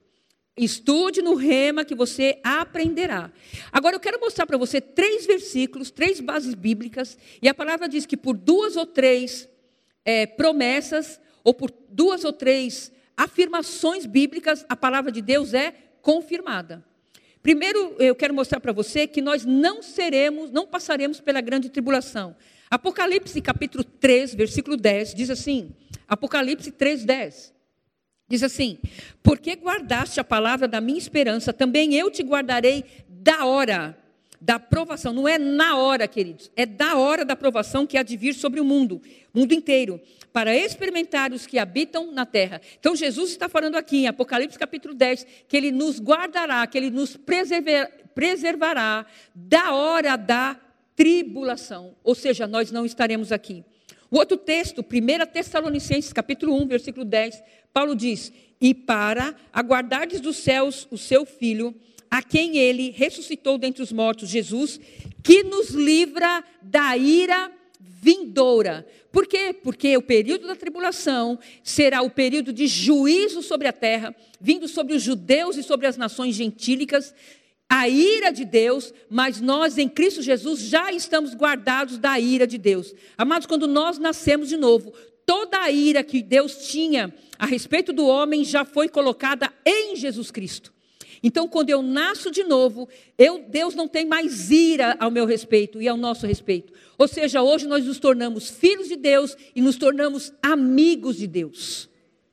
estude no Rema que você aprenderá. Agora eu quero mostrar para você três versículos, três bases bíblicas, e a palavra diz que por duas ou três é, promessas, ou por duas ou três afirmações bíblicas, a palavra de Deus é confirmada. Primeiro, eu quero mostrar para você que nós não seremos, não passaremos pela grande tribulação. Apocalipse capítulo três, versículo dez, diz assim, Apocalipse três, dez, diz assim: porque guardaste a palavra da minha esperança, também eu te guardarei da hora da provação. Não é na hora, queridos, é da hora da provação que há de vir sobre o mundo, mundo inteiro, para experimentar os que habitam na terra. Então Jesus está falando aqui em Apocalipse capítulo dez, que Ele nos guardará, que Ele nos preservar, preservará da hora da tribulação, ou seja, nós não estaremos aqui. O outro texto, primeira Tessalonicenses capítulo um, versículo dez, Paulo diz: e para aguardardes dos céus o seu Filho, a quem Ele ressuscitou dentre os mortos, Jesus, que nos livra da ira vindoura. Por quê? Porque o período da tribulação será o período de juízo sobre a terra, vindo sobre os judeus e sobre as nações gentílicas, a ira de Deus, mas nós em Cristo Jesus já estamos guardados da ira de Deus. Amados, quando nós nascemos de novo, toda a ira que Deus tinha a respeito do homem já foi colocada em Jesus Cristo. Então, quando eu nasço de novo, eu, Deus não tem mais ira ao meu respeito e ao nosso respeito. Ou seja, hoje nós nos tornamos filhos de Deus e nos tornamos amigos de Deus.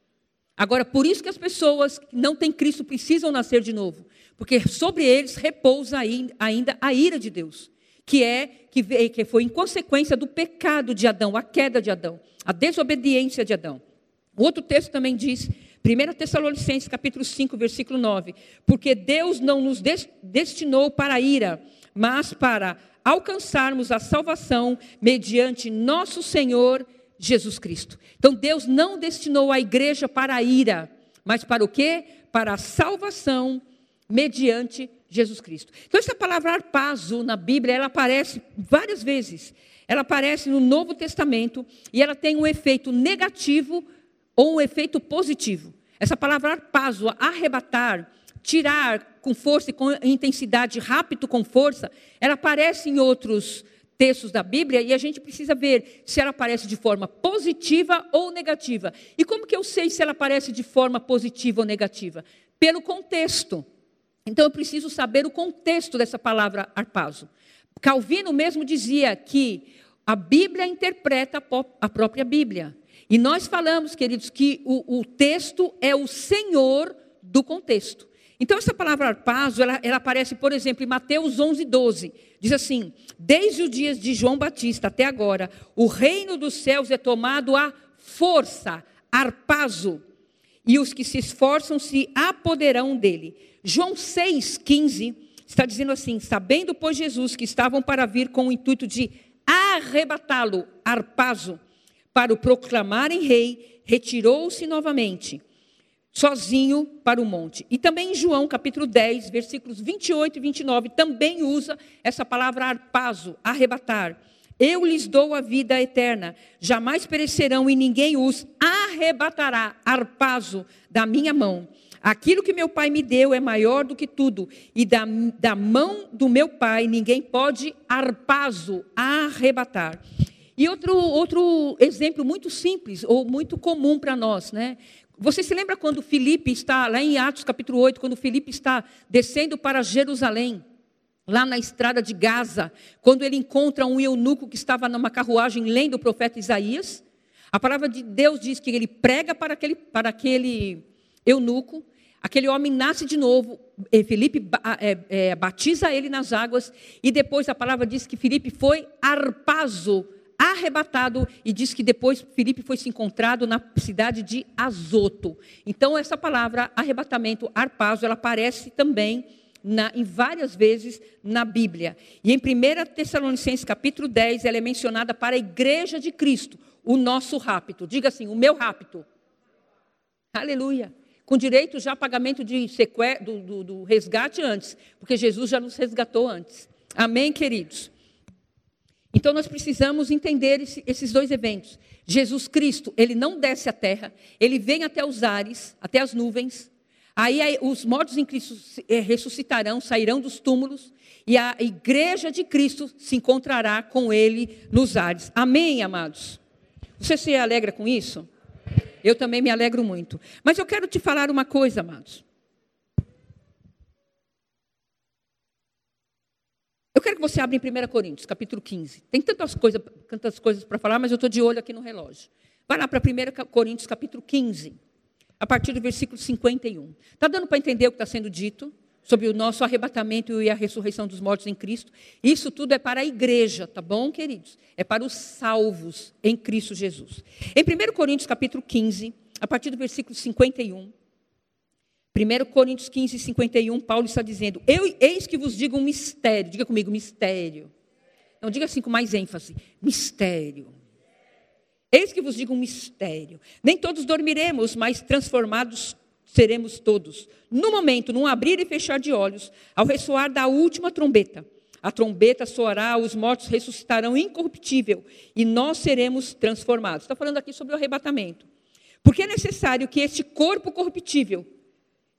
Agora, por isso que as pessoas que não têm Cristo precisam nascer de novo. Porque sobre eles repousa ainda a ira de Deus. Que, é, que, veio, que foi em consequência do pecado de Adão, a queda de Adão, a desobediência de Adão. O outro texto também diz, primeira Tessalonicenses, capítulo cinco, versículo nove. Porque Deus não nos destinou para a ira, mas para alcançarmos a salvação mediante nosso Senhor Jesus Cristo. Então Deus não destinou a igreja para a ira, mas para o quê? Para a salvação mediante Jesus Cristo. Então essa palavra harpazo na Bíblia, ela aparece várias vezes. Ela aparece no Novo Testamento e ela tem um efeito negativo ou um efeito positivo. Essa palavra harpazo, arrebatar, tirar com força e com intensidade, rápido com força, ela aparece em outros textos da Bíblia e a gente precisa ver se ela aparece de forma positiva ou negativa. E como que eu sei se ela aparece de forma positiva ou negativa? Pelo contexto. Então eu preciso saber o contexto dessa palavra harpazo. Calvino mesmo dizia que a Bíblia interpreta a própria Bíblia. E nós falamos, queridos, que o, o texto é o senhor do contexto. Então essa palavra harpazo, ela, ela aparece, por exemplo, em Mateus onze, doze. Diz assim, desde os dias de João Batista até agora, o reino dos céus é tomado à força, harpazo, e os que se esforçam se apoderarão dele. João seis, quinze, está dizendo assim, sabendo, pois, Jesus que estavam para vir com o intuito de arrebatá-lo, harpazo, para o proclamarem rei, retirou-se novamente, sozinho para o monte. E também em João, capítulo dez, versículos vinte e oito e vinte e nove, também usa essa palavra harpazo, arrebatar. Eu lhes dou a vida eterna, jamais perecerão e ninguém os arrebatará, harpazo, da minha mão. Aquilo que meu Pai me deu é maior do que tudo, e da, da mão do meu Pai ninguém pode, harpazo, arrebatar. E outro, outro exemplo muito simples, ou muito comum para nós, né? Você se lembra quando Filipe está, lá em Atos capítulo oito, quando Filipe está descendo para Jerusalém, lá na estrada de Gaza, quando ele encontra um eunuco que estava numa carruagem lendo o profeta Isaías, a palavra de Deus diz que ele prega para aquele, para aquele eunuco, aquele homem nasce de novo, Filipe é, é, batiza ele nas águas, e depois a palavra diz que Filipe foi harpazo, arrebatado, e diz que depois Filipe foi se encontrado na cidade de Azoto. Então essa palavra arrebatamento, harpazo, ela aparece também na, em várias vezes na Bíblia. E em primeira Tessalonicenses capítulo dez, ela é mencionada para a igreja de Cristo, o nosso rapto. Diga assim, o meu rapto. Aleluia. Com direito já a pagamento de sequer, do, do, do resgate antes, porque Jesus já nos resgatou antes. Amém, queridos? Então nós precisamos entender esse, esses dois eventos. Jesus Cristo, ele não desce à terra, ele vem até os ares, até as nuvens. Aí, aí os mortos em Cristo ressuscitarão, sairão dos túmulos, e a igreja de Cristo se encontrará com ele nos ares. Amém, amados? Você se alegra com isso? Eu também me alegro muito. Mas eu quero te falar uma coisa, amados. Eu quero que você abra em primeira Coríntios, capítulo quinze. Tem tantas coisas, tantas coisas para falar, mas eu estou de olho aqui no relógio. Vai lá para primeira Coríntios, capítulo quinze, a partir do versículo cinquenta e um. Está dando para entender o que está sendo dito sobre o nosso arrebatamento e a ressurreição dos mortos em Cristo? Isso tudo é para a igreja, tá bom, queridos? É para os salvos em Cristo Jesus. Em primeira Coríntios, capítulo quinze, a partir do versículo cinquenta e um, primeira Coríntios quinze, cinquenta e um, Paulo está dizendo, eu, eis que vos digo um mistério, diga comigo, mistério. Não, diga assim com mais ênfase, mistério. Eis que vos digo um mistério. Nem todos dormiremos, mas transformados seremos todos. No momento, num abrir e fechar de olhos, ao ressoar da última trombeta. A trombeta soará, os mortos ressuscitarão incorruptível, e nós seremos transformados. Está falando aqui sobre o arrebatamento. Porque é necessário que este corpo corruptível,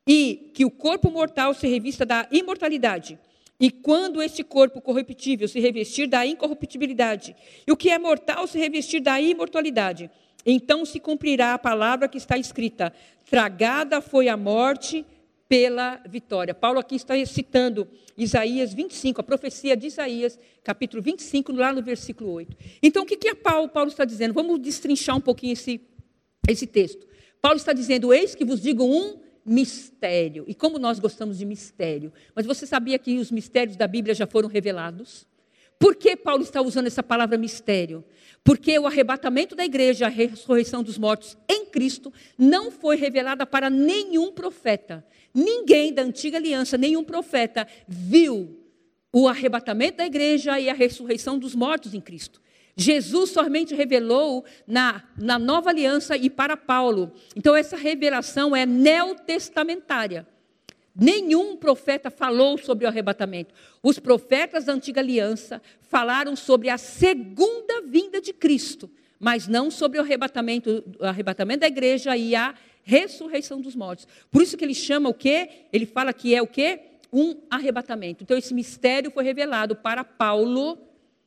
e que o corpo mortal se revista da imortalidade. E quando este corpo corruptível se revestir da incorruptibilidade, e o que é mortal se revestir da imortalidade, então se cumprirá a palavra que está escrita: tragada foi a morte pela vitória. Paulo aqui está citando Isaías vinte e cinco, a profecia de Isaías, capítulo vinte e cinco, lá no versículo oito. Então, o que, que é Paulo, Paulo está dizendo? Vamos destrinchar um pouquinho esse, esse texto. Paulo está dizendo: eis que vos digo um mistério. E como nós gostamos de mistério. Mas você sabia que os mistérios da Bíblia já foram revelados? Por que Paulo está usando essa palavra mistério? Porque o arrebatamento da igreja, a ressurreição dos mortos em Cristo, não foi revelada para nenhum profeta. Ninguém da antiga aliança, nenhum profeta, viu o arrebatamento da igreja e a ressurreição dos mortos em Cristo. Jesus somente revelou na, na nova aliança e para Paulo. Então, essa revelação é neotestamentária. Nenhum profeta falou sobre o arrebatamento. Os profetas da antiga aliança falaram sobre a segunda vinda de Cristo, mas não sobre o arrebatamento, o arrebatamento da igreja e a ressurreição dos mortos. Por isso que ele chama o quê? Ele fala que é o quê? Um arrebatamento. Então, esse mistério foi revelado para Paulo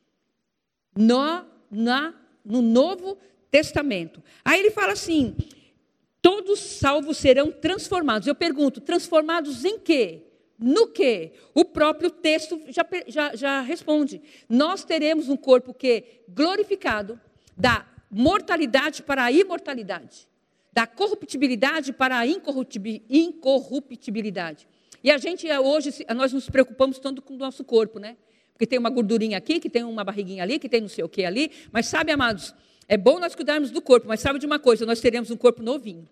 No, na, no Novo Testamento. Aí ele fala assim: todos salvos serão transformados. Eu pergunto, transformados em quê? No quê? O próprio texto já, já, já responde. Nós teremos um corpo que glorificado, da mortalidade para a imortalidade, da corruptibilidade para a incorruptibilidade. E a gente hoje, nós nos preocupamos tanto com o nosso corpo, né? Que tem uma gordurinha aqui, que tem uma barriguinha ali, que tem não sei o que ali. Mas sabe, amados, é bom nós cuidarmos do corpo, mas sabe de uma coisa, nós teremos um corpo novinho,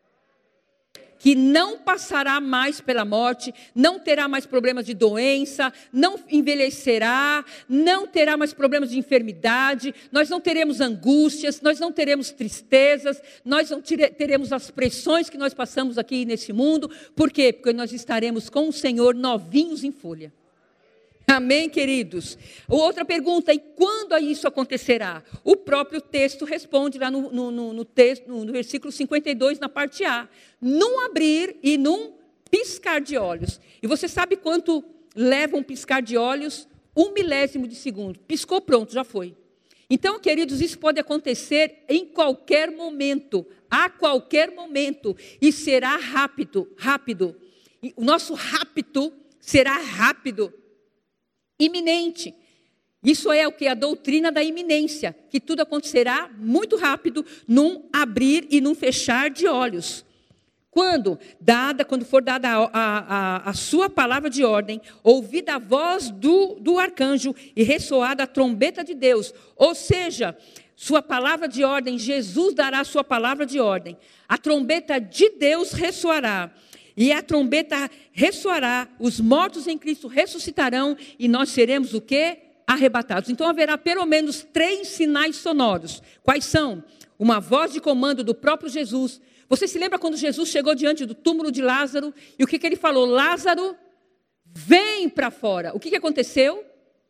que não passará mais pela morte, não terá mais problemas de doença, não envelhecerá, não terá mais problemas de enfermidade, nós não teremos angústias, nós não teremos tristezas, nós não teremos as pressões que nós passamos aqui nesse mundo. Por quê? Porque nós estaremos com o Senhor novinhos em folha. Amém, queridos? Outra pergunta: e quando isso acontecerá? O próprio texto responde lá no, no, no, no, texto, no versículo cinquenta e dois, na parte A. Num abrir e num piscar de olhos. E você sabe quanto leva um piscar de olhos? Um milésimo de segundo. Piscou, pronto, já foi. Então, queridos, isso pode acontecer em qualquer momento. A qualquer momento. E será rápido, rápido. E o nosso rápido será rápido. Iminente. Isso é o que? A doutrina da iminência, que tudo acontecerá muito rápido, num abrir e num fechar de olhos. Quando? Dada, quando for dada a, a, a sua palavra de ordem, ouvida a voz do, do arcanjo e ressoada a trombeta de Deus. Ou seja, sua palavra de ordem, Jesus dará a sua palavra de ordem. A trombeta de Deus ressoará. E a trombeta ressoará, os mortos em Cristo ressuscitarão e nós seremos o quê? Arrebatados. Então haverá pelo menos três sinais sonoros. Quais são? Uma voz de comando do próprio Jesus. Você se lembra quando Jesus chegou diante do túmulo de Lázaro? E o que, que ele falou? Lázaro, vem para fora. O que, que aconteceu?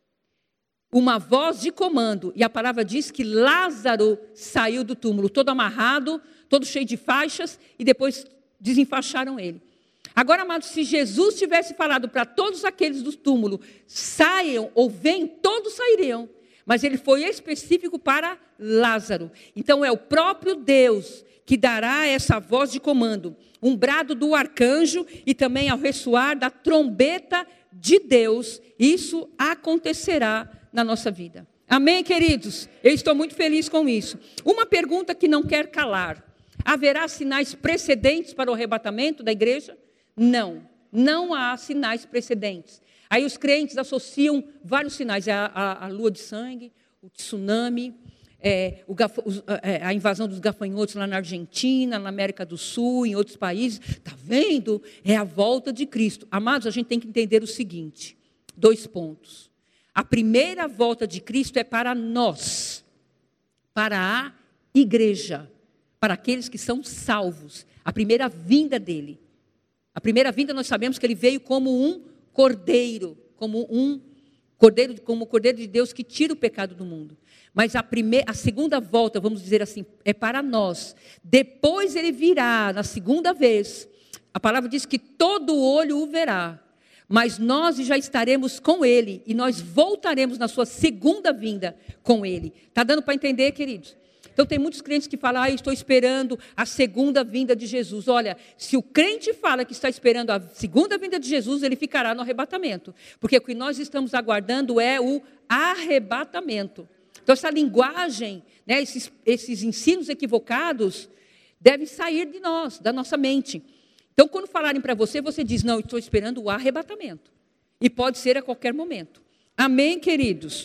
Uma voz de comando. E a palavra diz que Lázaro saiu do túmulo, todo amarrado, todo cheio de faixas, e depois desenfaixaram ele. Agora, amados, se Jesus tivesse falado para todos aqueles do túmulo, saiam ou venham, todos sairiam. Mas ele foi específico para Lázaro. Então, é o próprio Deus que dará essa voz de comando. Um brado do arcanjo e também ao ressoar da trombeta de Deus. Isso acontecerá na nossa vida. Amém, queridos? Eu estou muito feliz com isso. Uma pergunta que não quer calar. Haverá sinais precedentes para o arrebatamento da igreja? Não, não há sinais precedentes. Aí os crentes associam vários sinais, a, a, a lua de sangue, o tsunami, é, o gaf, os, é, a invasão dos gafanhotos lá na Argentina, na América do Sul, em outros países. Está vendo? É a volta de Cristo. Amados, a gente tem que entender o seguinte, dois pontos. A primeira volta de Cristo é para nós, para a igreja, para aqueles que são salvos. A primeira vinda dele. A primeira vinda nós sabemos que ele veio como um cordeiro, como um cordeiro, como o cordeiro de Deus que tira o pecado do mundo. Mas a, primeira, a segunda volta, vamos dizer assim, é para nós. Depois ele virá, na segunda vez, A palavra diz que todo olho o verá, mas nós já estaremos com ele e nós voltaremos na sua segunda vinda com ele. Está dando para entender, queridos? Então tem muitos crentes que falam, ah, eu estou esperando a segunda vinda de Jesus. Olha, se o crente fala que está esperando a segunda vinda de Jesus, ele ficará no arrebatamento. Porque o que nós estamos aguardando é o arrebatamento. Então essa linguagem, né, esses, esses ensinos equivocados, devem sair de nós, da nossa mente. Então quando falarem para você, você diz, não, eu estou esperando o arrebatamento. E pode ser a qualquer momento. Amém, queridos?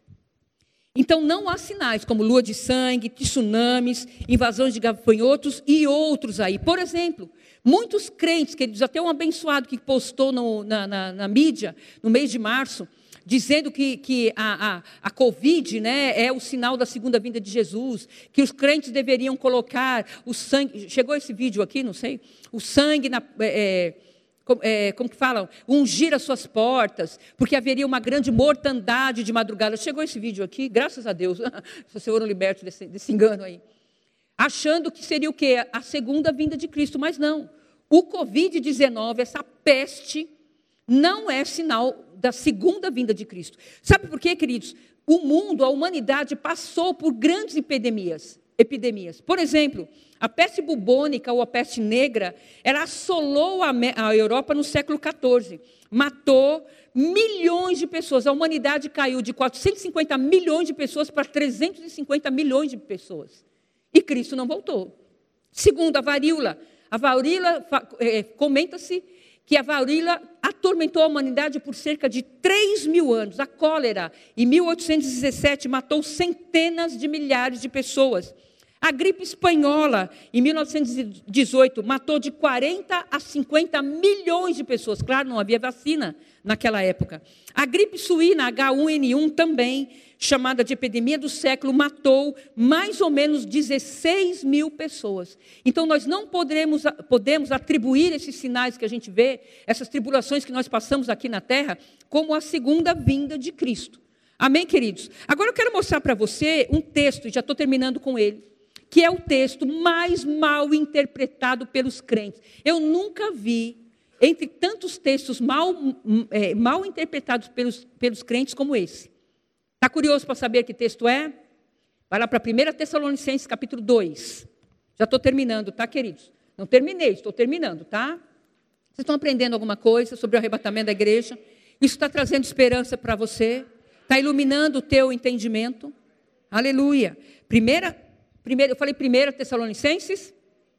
Então não há sinais como lua de sangue, tsunamis, invasões de gafanhotos e outros aí. Por exemplo, muitos crentes, queridos, até um abençoado que postou no, na, na, na mídia, no mês de março, dizendo que, que a, a, a Covid, né, é o sinal da segunda vinda de Jesus, que os crentes deveriam colocar o sangue, chegou esse vídeo aqui, não sei, o sangue na... É, Como, é, como que falam? Ungir as suas portas, porque haveria uma grande mortandade de madrugada. Chegou esse vídeo aqui, graças a Deus, se o Senhor não liberte desse, desse engano aí. Achando que seria o quê? A segunda vinda de Cristo, mas não. O covid dezenove, essa peste, não é sinal da segunda vinda de Cristo. Sabe por quê, queridos? O mundo, a humanidade passou por grandes epidemias. epidemias. Por exemplo, a peste bubônica ou a peste negra, ela assolou a, a Europa no século quatorze, matou milhões de pessoas. A humanidade caiu de quatrocentos e cinquenta milhões de pessoas para trezentos e cinquenta milhões de pessoas. E Cristo não voltou. Segundo, a varíola. A varíola, é, comenta-se que a varíola atormentou a humanidade por cerca de três mil anos. A cólera, em mil oitocentos e dezessete, matou centenas de milhares de pessoas. A gripe espanhola, em mil novecentos e dezoito, matou de quarenta a cinquenta milhões de pessoas. Claro, não havia vacina naquela época. A gripe suína, H um N um, também, chamada de epidemia do século, matou mais ou menos dezesseis mil pessoas. Então, nós não poderemos, podemos atribuir esses sinais que a gente vê, essas tribulações que nós passamos aqui na Terra, como a segunda vinda de Cristo. Amém, queridos? Agora eu quero mostrar para você um texto, e já estou terminando com ele, que é o texto mais mal interpretado pelos crentes. Eu nunca vi, entre tantos textos mal, é, mal interpretados pelos, pelos crentes como esse. Está curioso para saber que texto é? Vai lá para primeira Tessalonicenses, capítulo dois. Já estou terminando, tá, queridos? Não terminei, estou terminando, tá? Vocês estão aprendendo alguma coisa sobre o arrebatamento da igreja? Isso está trazendo esperança para você? Está iluminando o teu entendimento? Aleluia. Primeira Primeiro, eu falei primeira Tessalonicenses,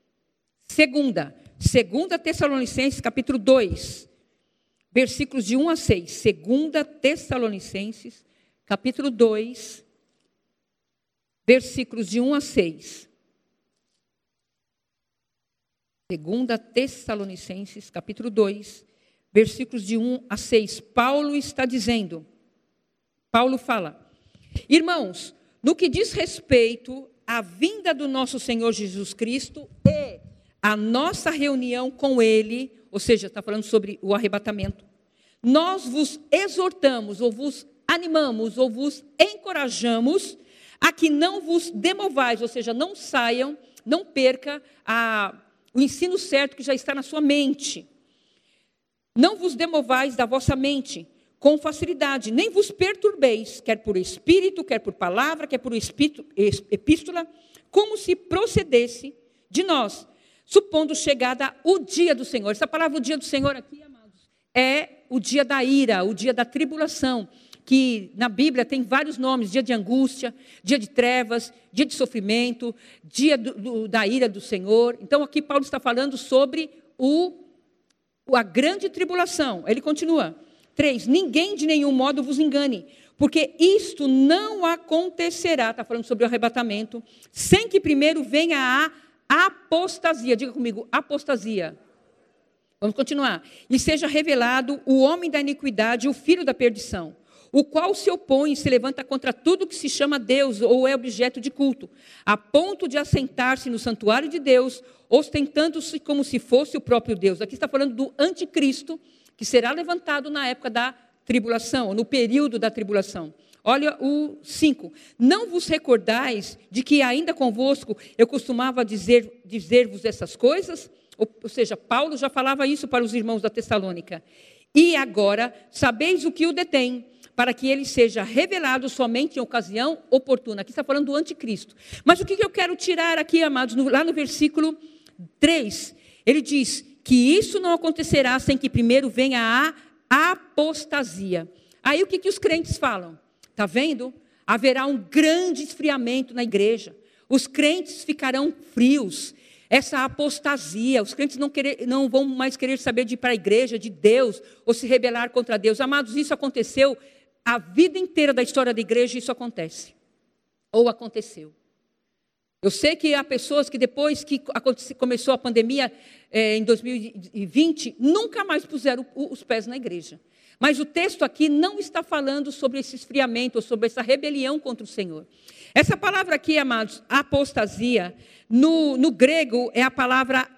segunda, segunda Tessalonicenses, capítulo dois, versículos de um a seis. Segunda Tessalonicenses, capítulo dois, versículos de um a seis. Segunda Tessalonicenses, capítulo dois, versículos de um a seis. Paulo está dizendo, Paulo fala, irmãos, no que diz respeito a vinda do nosso Senhor Jesus Cristo e a nossa reunião com Ele, ou seja, está falando sobre o arrebatamento, nós vos exortamos, ou vos animamos, ou vos encorajamos a que não vos demovais, ou seja, não saiam, não perca a, o ensino certo que já está na sua mente. Não vos demovais da vossa mente com facilidade, nem vos perturbeis, quer por espírito, quer por palavra, quer por espírito, epístola, como se procedesse de nós, supondo chegada o dia do Senhor. Essa palavra, o dia do Senhor aqui, amados, é o dia da ira, o dia da tribulação, que na Bíblia tem vários nomes, dia de angústia, dia de trevas, dia de sofrimento, dia do, do, da ira do Senhor. Então aqui Paulo está falando sobre o, a grande tribulação. Ele continua. Três, ninguém de nenhum modo vos engane, porque isto não acontecerá, está falando sobre o arrebatamento, sem que primeiro venha a apostasia. Diga comigo, apostasia. Vamos continuar. E seja revelado o homem da iniquidade, o filho da perdição, o qual se opõe e se levanta contra tudo que se chama Deus ou é objeto de culto, a ponto de assentar-se no santuário de Deus, ostentando-se como se fosse o próprio Deus. Aqui está falando do anticristo, que será levantado na época da tribulação, no período da tribulação. Olha o cinco. Não vos recordais de que ainda convosco eu costumava dizer, dizer-vos essas coisas? Ou, ou seja, Paulo já falava isso para os irmãos da Tessalônica. E agora, sabeis o que o detém, para que ele seja revelado somente em ocasião oportuna. Aqui está falando do anticristo. Mas o que eu quero tirar aqui, amados, no, lá no versículo três, ele diz que isso não acontecerá sem que primeiro venha a apostasia. Aí o que, que os crentes falam? Está vendo? Haverá um grande esfriamento na igreja. Os crentes ficarão frios. Essa apostasia, os crentes não, querer, não vão mais querer saber de ir para a igreja, de Deus, ou se rebelar contra Deus. Amados, isso aconteceu a vida inteira da história da igreja, isso acontece. Ou aconteceu. Eu sei que há pessoas que depois que começou a pandemia é, em dois mil e vinte, nunca mais puseram os pés na igreja. Mas o texto aqui não está falando sobre esse esfriamento, ou sobre essa rebelião contra o Senhor. Essa palavra aqui, amados, apostasia, no, no grego é a palavra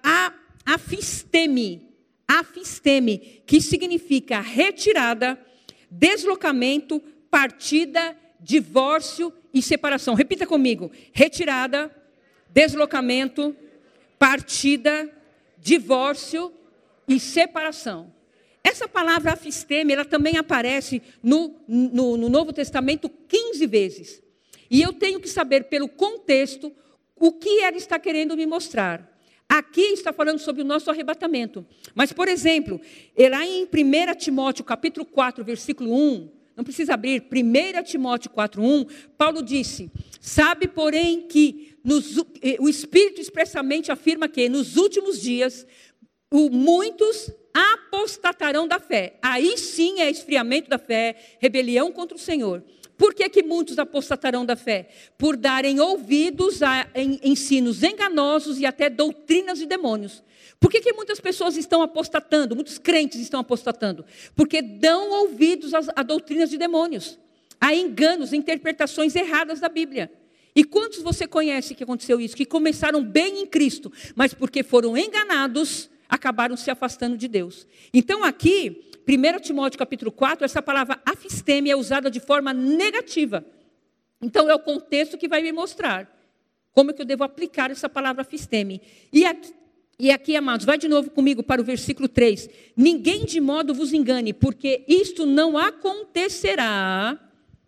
afisteme, afisteme, que significa retirada, deslocamento, partida, divórcio e separação. Repita comigo: retirada, deslocamento, partida, divórcio e separação. Essa palavra afisteme, ela também aparece no, no, no Novo Testamento quinze vezes. E eu tenho que saber, pelo contexto, o que ela está querendo me mostrar. Aqui está falando sobre o nosso arrebatamento. Mas, por exemplo, lá em primeiro Timóteo, capítulo quatro, versículo um, não precisa abrir, primeiro Timóteo quatro, um, Paulo disse: sabe, porém, que nos, o Espírito expressamente afirma que nos últimos dias o, muitos apostatarão da fé. Aí sim é esfriamento da fé, rebelião contra o Senhor. Por que que muitos apostatarão da fé? Por darem ouvidos a ensinos enganosos e até doutrinas de demônios. Por que que muitas pessoas estão apostatando? Muitos crentes estão apostatando? Porque dão ouvidos a, a doutrinas de demônios, a enganos, a interpretações erradas da Bíblia. E quantos você conhece que aconteceu isso? Que começaram bem em Cristo, mas porque foram enganados, acabaram se afastando de Deus. Então aqui, primeiro Timóteo capítulo quatro, essa palavra afisteme é usada de forma negativa. Então é o contexto que vai me mostrar como é que eu devo aplicar essa palavra afisteme. E aqui, e aqui, amados, vai de novo comigo para o versículo três. Ninguém de modo vos engane, porque isto não acontecerá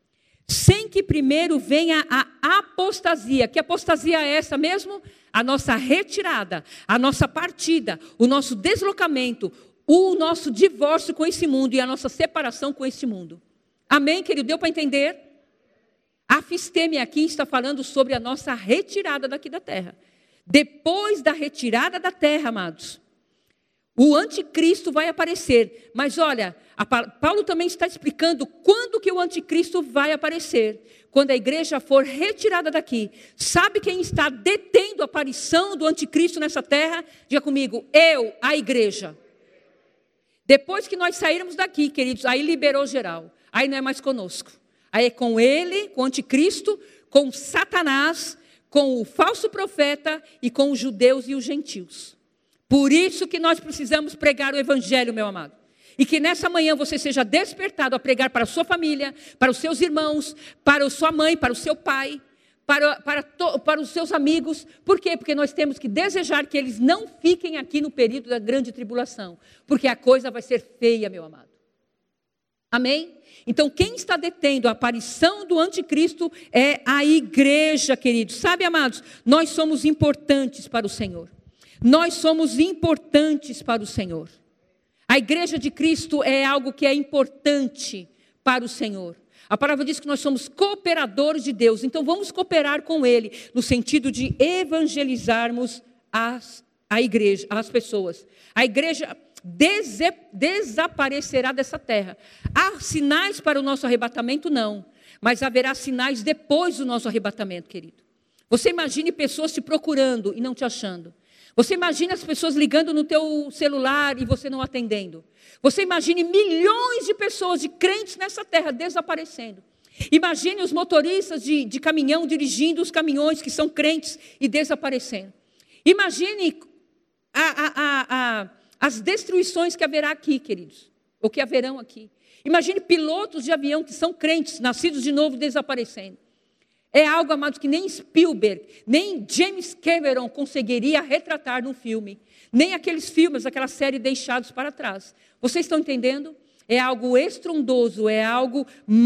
sem que primeiro venha a apostasia. Que apostasia é essa mesmo? A nossa retirada, a nossa partida, o nosso deslocamento, o nosso divórcio com esse mundo e a nossa separação com esse mundo. Amém, querido? Deu para entender? Afisteme aqui está falando sobre a nossa retirada daqui da terra. Depois da retirada da terra, amados, o anticristo vai aparecer. Mas olha, a Paulo também está explicando quando que o anticristo vai aparecer. Quando a igreja for retirada daqui. Sabe quem está detendo a aparição do anticristo nessa terra? Diga comigo: eu, a igreja. Depois que nós sairmos daqui, queridos, aí liberou geral. Aí não é mais conosco. Aí é com ele, com o anticristo, com Satanás, com o falso profeta e com os judeus e os gentios. Por isso que nós precisamos pregar o evangelho, meu amado. E que nessa manhã você seja despertado a pregar para a sua família, para os seus irmãos, para a sua mãe, para o seu pai, para, para, to, para os seus amigos. Por quê? Porque nós temos que desejar que eles não fiquem aqui no período da grande tribulação. Porque a coisa vai ser feia, meu amado. Amém? Então, quem está detendo a aparição do anticristo é a igreja, queridos. Sabe, amados, nós somos importantes para o Senhor. Nós somos importantes para o Senhor. A igreja de Cristo é algo que é importante para o Senhor. A palavra diz que nós somos cooperadores de Deus. Então vamos cooperar com Ele, no sentido de evangelizarmos as, a igreja, as pessoas. A igreja des, desaparecerá dessa terra. Há sinais para o nosso arrebatamento? Não. Mas haverá sinais depois do nosso arrebatamento, querido. Você imagine pessoas te procurando e não te achando. Você imagina as pessoas ligando no teu celular e você não atendendo. Você imagine milhões de pessoas, de crentes nessa terra desaparecendo. Imagine os motoristas de, de caminhão dirigindo os caminhões que são crentes e desaparecendo. Imagine a, a, a, a, as destruições que haverá aqui, queridos. Ou que haverão aqui. Imagine pilotos de avião que são crentes, nascidos de novo, desaparecendo. É algo, amados, que nem Spielberg, nem James Cameron conseguiria retratar num filme. Nem aqueles filmes, aquela série Deixados para Trás. Vocês estão entendendo? É algo estrondoso, é algo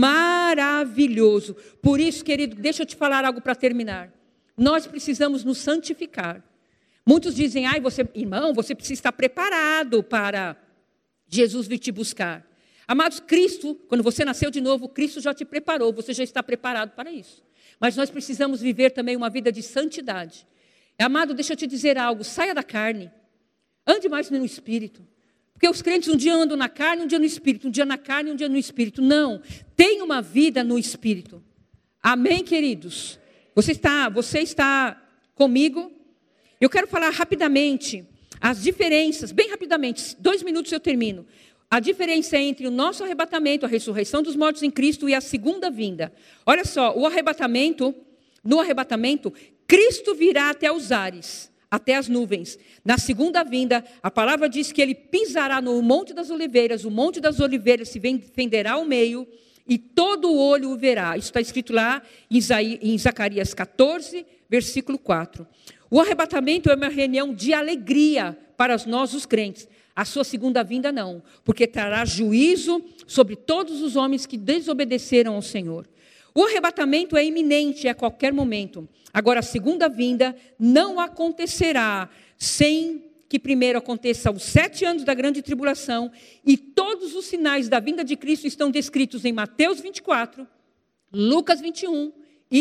maravilhoso. Por isso, querido, deixa eu te falar algo para terminar. Nós precisamos nos santificar. Muitos dizem, ai, você, irmão, você precisa estar preparado para Jesus vir te buscar. Amados, Cristo, quando você nasceu de novo, Cristo já te preparou, você já está preparado para isso. Mas nós precisamos viver também uma vida de santidade. Amado, deixa eu te dizer algo, saia da carne, ande mais no Espírito. Porque os crentes um dia andam na carne, um dia no Espírito, um dia na carne, um dia no Espírito. Não, tenha uma vida no Espírito. Amém, queridos? Você está, você está comigo? Eu quero falar rapidamente as diferenças, bem rapidamente, dois minutos eu termino. A diferença entre o nosso arrebatamento, a ressurreição dos mortos em Cristo e a segunda vinda. Olha só, o arrebatamento, no arrebatamento, Cristo virá até os ares, até as nuvens. Na segunda vinda, a palavra diz que ele pisará no Monte das Oliveiras, o Monte das Oliveiras se fenderá ao meio e todo o olho o verá. Isso está escrito lá em Zacarias catorze, versículo quatro. O arrebatamento é uma reunião de alegria para nós, os crentes. A sua segunda vinda não, porque trará juízo sobre todos os homens que desobedeceram ao Senhor. O arrebatamento é iminente, é a qualquer momento. Agora, a segunda vinda não acontecerá sem que primeiro aconteça os sete anos da grande tribulação, e todos os sinais da vinda de Cristo estão descritos em Mateus vinte e quatro, Lucas vinte e um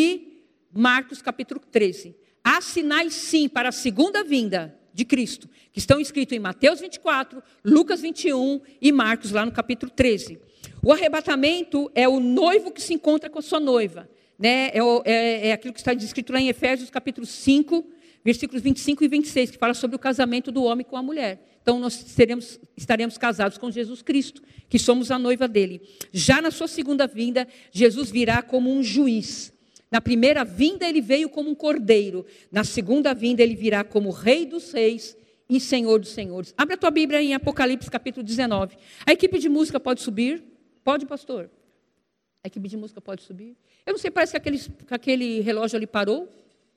e Marcos capítulo treze. Há sinais sim para a segunda vinda de Cristo, que estão escritos em Mateus vinte e quatro, Lucas vinte e um e Marcos, lá no capítulo treze. O arrebatamento é o noivo que se encontra com a sua noiva, né? é, o, é, é aquilo que está descrito lá em Efésios capítulo cinco, versículos vinte e cinco e vinte e seis, que fala sobre o casamento do homem com a mulher. Então, nós seremos, estaremos casados com Jesus Cristo, que somos a noiva dele. Já na sua segunda vinda, Jesus virá como um juiz. Na primeira vinda, ele veio como um cordeiro. Na segunda vinda, ele virá como Rei dos Reis e Senhor dos Senhores. Abre a tua Bíblia em Apocalipse, capítulo dezenove. A equipe de música pode subir? Pode, pastor? A equipe de música pode subir? Eu não sei, parece que aquele, que aquele relógio ali parou.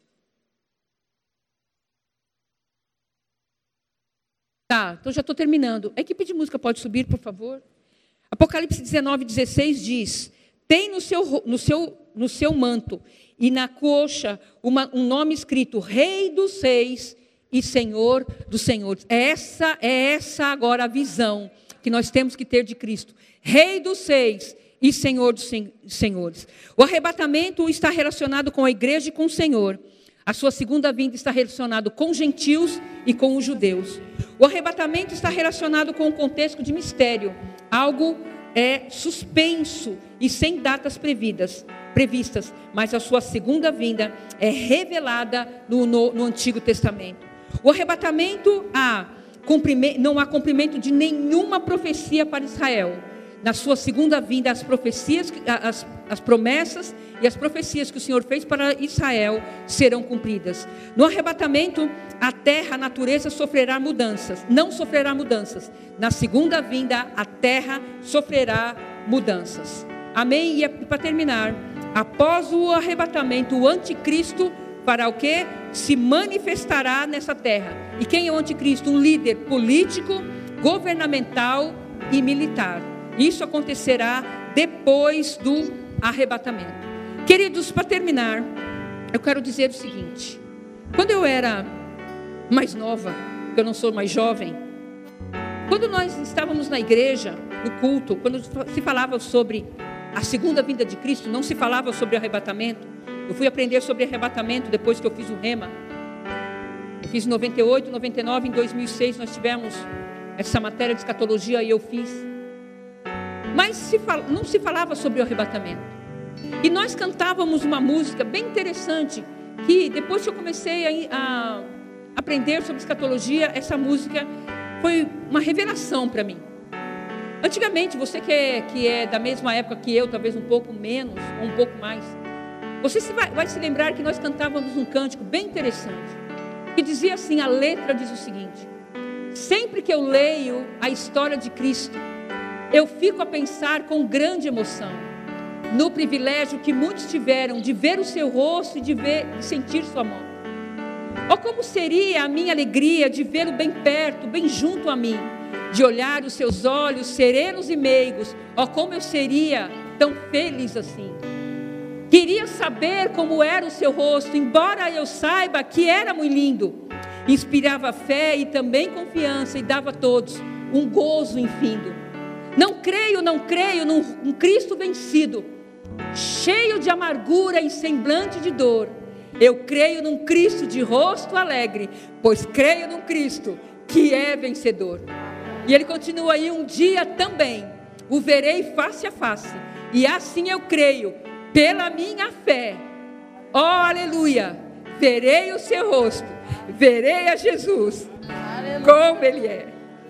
Tá, então já estou terminando. A equipe de música pode subir, por favor? Apocalipse dezenove, dezesseis diz: tem no seu, no seu, no seu manto e na coxa uma, um nome escrito Rei dos Reis e Senhor dos Senhores. Essa é essa agora a visão que nós temos que ter de Cristo. Rei dos Reis e Senhor dos Senhores. O arrebatamento está relacionado com a igreja e com o Senhor. A sua segunda vinda está relacionado com os gentios e com os judeus. O arrebatamento está relacionado com o contexto de mistério. Algo é suspenso e sem datas previdas, previstas, mas a sua segunda vinda é revelada no, no, no Antigo Testamento. O arrebatamento, há, não há cumprimento de nenhuma profecia para Israel. Na sua segunda vinda, as profecias, as, as promessas e as profecias que o Senhor fez para Israel serão cumpridas. No arrebatamento, a terra, a natureza sofrerá mudanças, não sofrerá mudanças. Na segunda vinda, a terra sofrerá mudanças. Amém? E para terminar, após o arrebatamento, o anticristo fará o quê? Se manifestará nessa terra. E quem é o anticristo? Um líder político, governamental e militar. Isso acontecerá depois do arrebatamento. Queridos, para terminar, eu quero dizer o seguinte: quando eu era mais nova, porque eu não sou mais jovem, quando nós estávamos na igreja, no culto, quando se falava sobre a segunda vinda de Cristo, não se falava sobre arrebatamento. Eu fui aprender sobre arrebatamento depois que eu fiz o Rema. Eu fiz em noventa e oito, noventa e nove, em dois mil e seis nós tivemos essa matéria de escatologia e eu fiz. Mas se fal... não se falava sobre o arrebatamento. E nós cantávamos uma música bem interessante, que depois que eu comecei a, a aprender sobre escatologia, essa música foi uma revelação para mim. Antigamente, você que é, que é da mesma época que eu, talvez um pouco menos ou um pouco mais, você se vai, vai se lembrar que nós cantávamos um cântico bem interessante, que dizia assim, a letra diz o seguinte: sempre que eu leio a história de Cristo, eu fico a pensar com grande emoção no privilégio que muitos tiveram de ver o seu rosto e de ver, de sentir sua mão. Oh, como seria a minha alegria de vê-lo bem perto, bem junto a mim, de olhar os seus olhos serenos e meigos. Oh, como eu seria tão feliz assim. Queria saber como era o seu rosto, embora eu saiba que era muito lindo. Inspirava fé e também confiança e dava a todos um gozo infindo. Não creio, não creio num, num Cristo vencido, cheio de amargura e semblante de dor. Eu creio num Cristo de rosto alegre, pois creio num Cristo que é vencedor. E ele continua aí: um dia também o verei face a face, e assim eu creio, pela minha fé. Oh, aleluia! Verei o seu rosto, verei a Jesus, aleluia, como Ele é.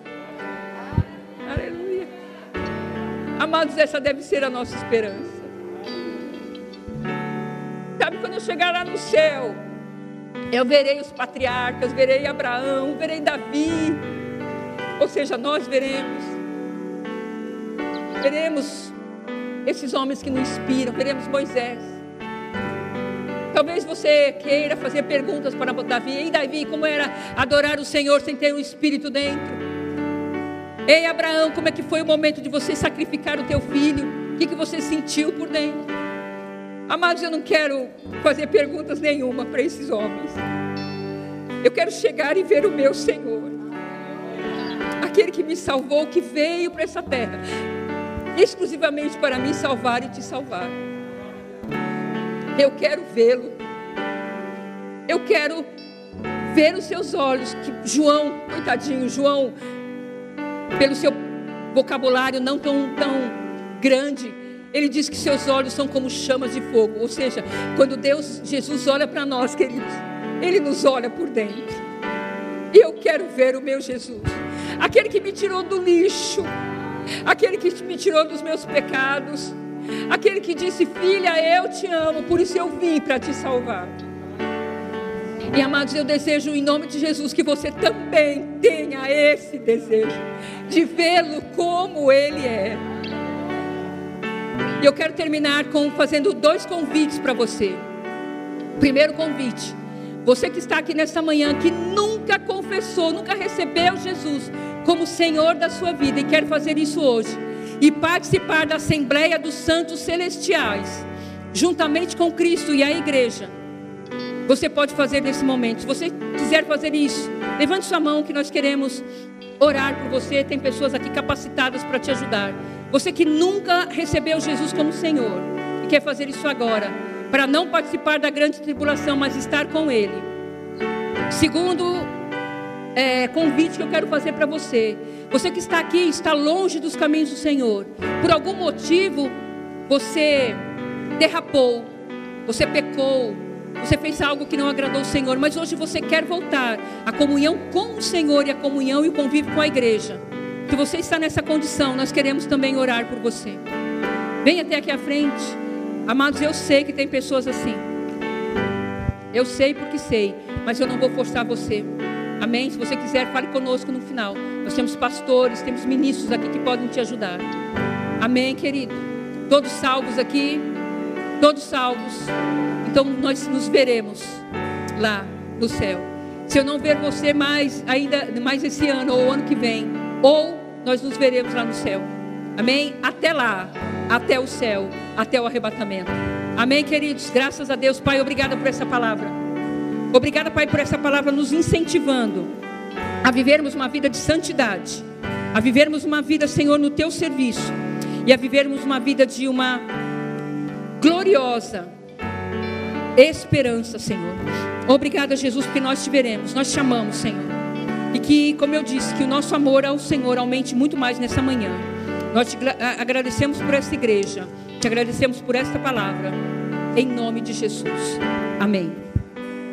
Aleluia. Amados, essa deve ser a nossa esperança. Sabe, quando eu chegar lá no céu, eu verei os patriarcas, verei Abraão, verei Davi. Ou seja, nós veremos, veremos esses homens que nos inspiram, veremos Moisés. Talvez você queira fazer perguntas para Davi. Ei, Davi, como era adorar o Senhor sem ter um espírito dentro? Ei, Abraão, como é que foi o momento de você sacrificar o teu filho? O que, que você sentiu por dentro? Amados, eu não quero fazer perguntas nenhuma para esses homens. Eu quero chegar e ver o meu Senhor, aquele que me salvou, que veio para essa terra exclusivamente para me salvar e te salvar. Eu quero vê-lo. Eu quero ver os seus olhos. Que João, coitadinho, João, pelo seu vocabulário não tão, tão grande, ele diz que seus olhos são como chamas de fogo. Ou seja, quando Deus, Jesus olha para nós, queridos, Ele nos olha por dentro. E eu quero ver o meu Jesus, aquele que me tirou do lixo, aquele que me tirou dos meus pecados, aquele que disse: filha, eu te amo, por isso eu vim para te salvar. E amados, eu desejo em nome de Jesus que você também tenha esse desejo de vê-lo como Ele é. E eu quero terminar com, fazendo dois convites para você. Primeiro convite: você que está aqui nessa manhã, que nunca confessou, nunca recebeu Jesus como Senhor da sua vida e quer fazer isso hoje e participar da Assembleia dos Santos Celestiais, juntamente com Cristo e a igreja, você pode fazer nesse momento. Se você quiser fazer isso, levante sua mão que nós queremos orar por você. Tem pessoas aqui capacitadas para te ajudar. Você que nunca recebeu Jesus como Senhor e quer fazer isso agora, para não participar da grande tribulação, mas estar com Ele. Segundo é, convite que eu quero fazer para você: você que está aqui, está longe dos caminhos do Senhor, por algum motivo você derrapou, você pecou, você fez algo que não agradou o Senhor, mas hoje você quer voltar à comunhão com o Senhor e à comunhão e o convívio com a igreja. Se você está nessa condição, nós queremos também orar por você. Venha até aqui à frente. Amados, eu sei que tem pessoas assim. Eu sei porque sei, mas eu não vou forçar você. Amém? Se você quiser, fale conosco no final. Nós temos pastores, temos ministros aqui que podem te ajudar. Amém, querido? Todos salvos aqui? Todos salvos. Então nós nos veremos lá no céu. Se eu não ver você mais, ainda mais esse ano ou ano que vem, ou nós nos veremos lá no céu. Amém? Até lá, até o céu, até o arrebatamento. Amém, queridos? Graças a Deus, Pai, obrigada por essa palavra. Obrigada, Pai, por essa palavra nos incentivando a vivermos uma vida de santidade, a vivermos uma vida, Senhor, no Teu serviço, e a vivermos uma vida de uma gloriosa esperança, Senhor. Obrigada, Jesus, porque nós te veremos, nós te amamos, Senhor. E que, como eu disse, que o nosso amor ao Senhor aumente muito mais nessa manhã. Nós te agradecemos por essa igreja, te agradecemos por esta palavra, em nome de Jesus. Amém.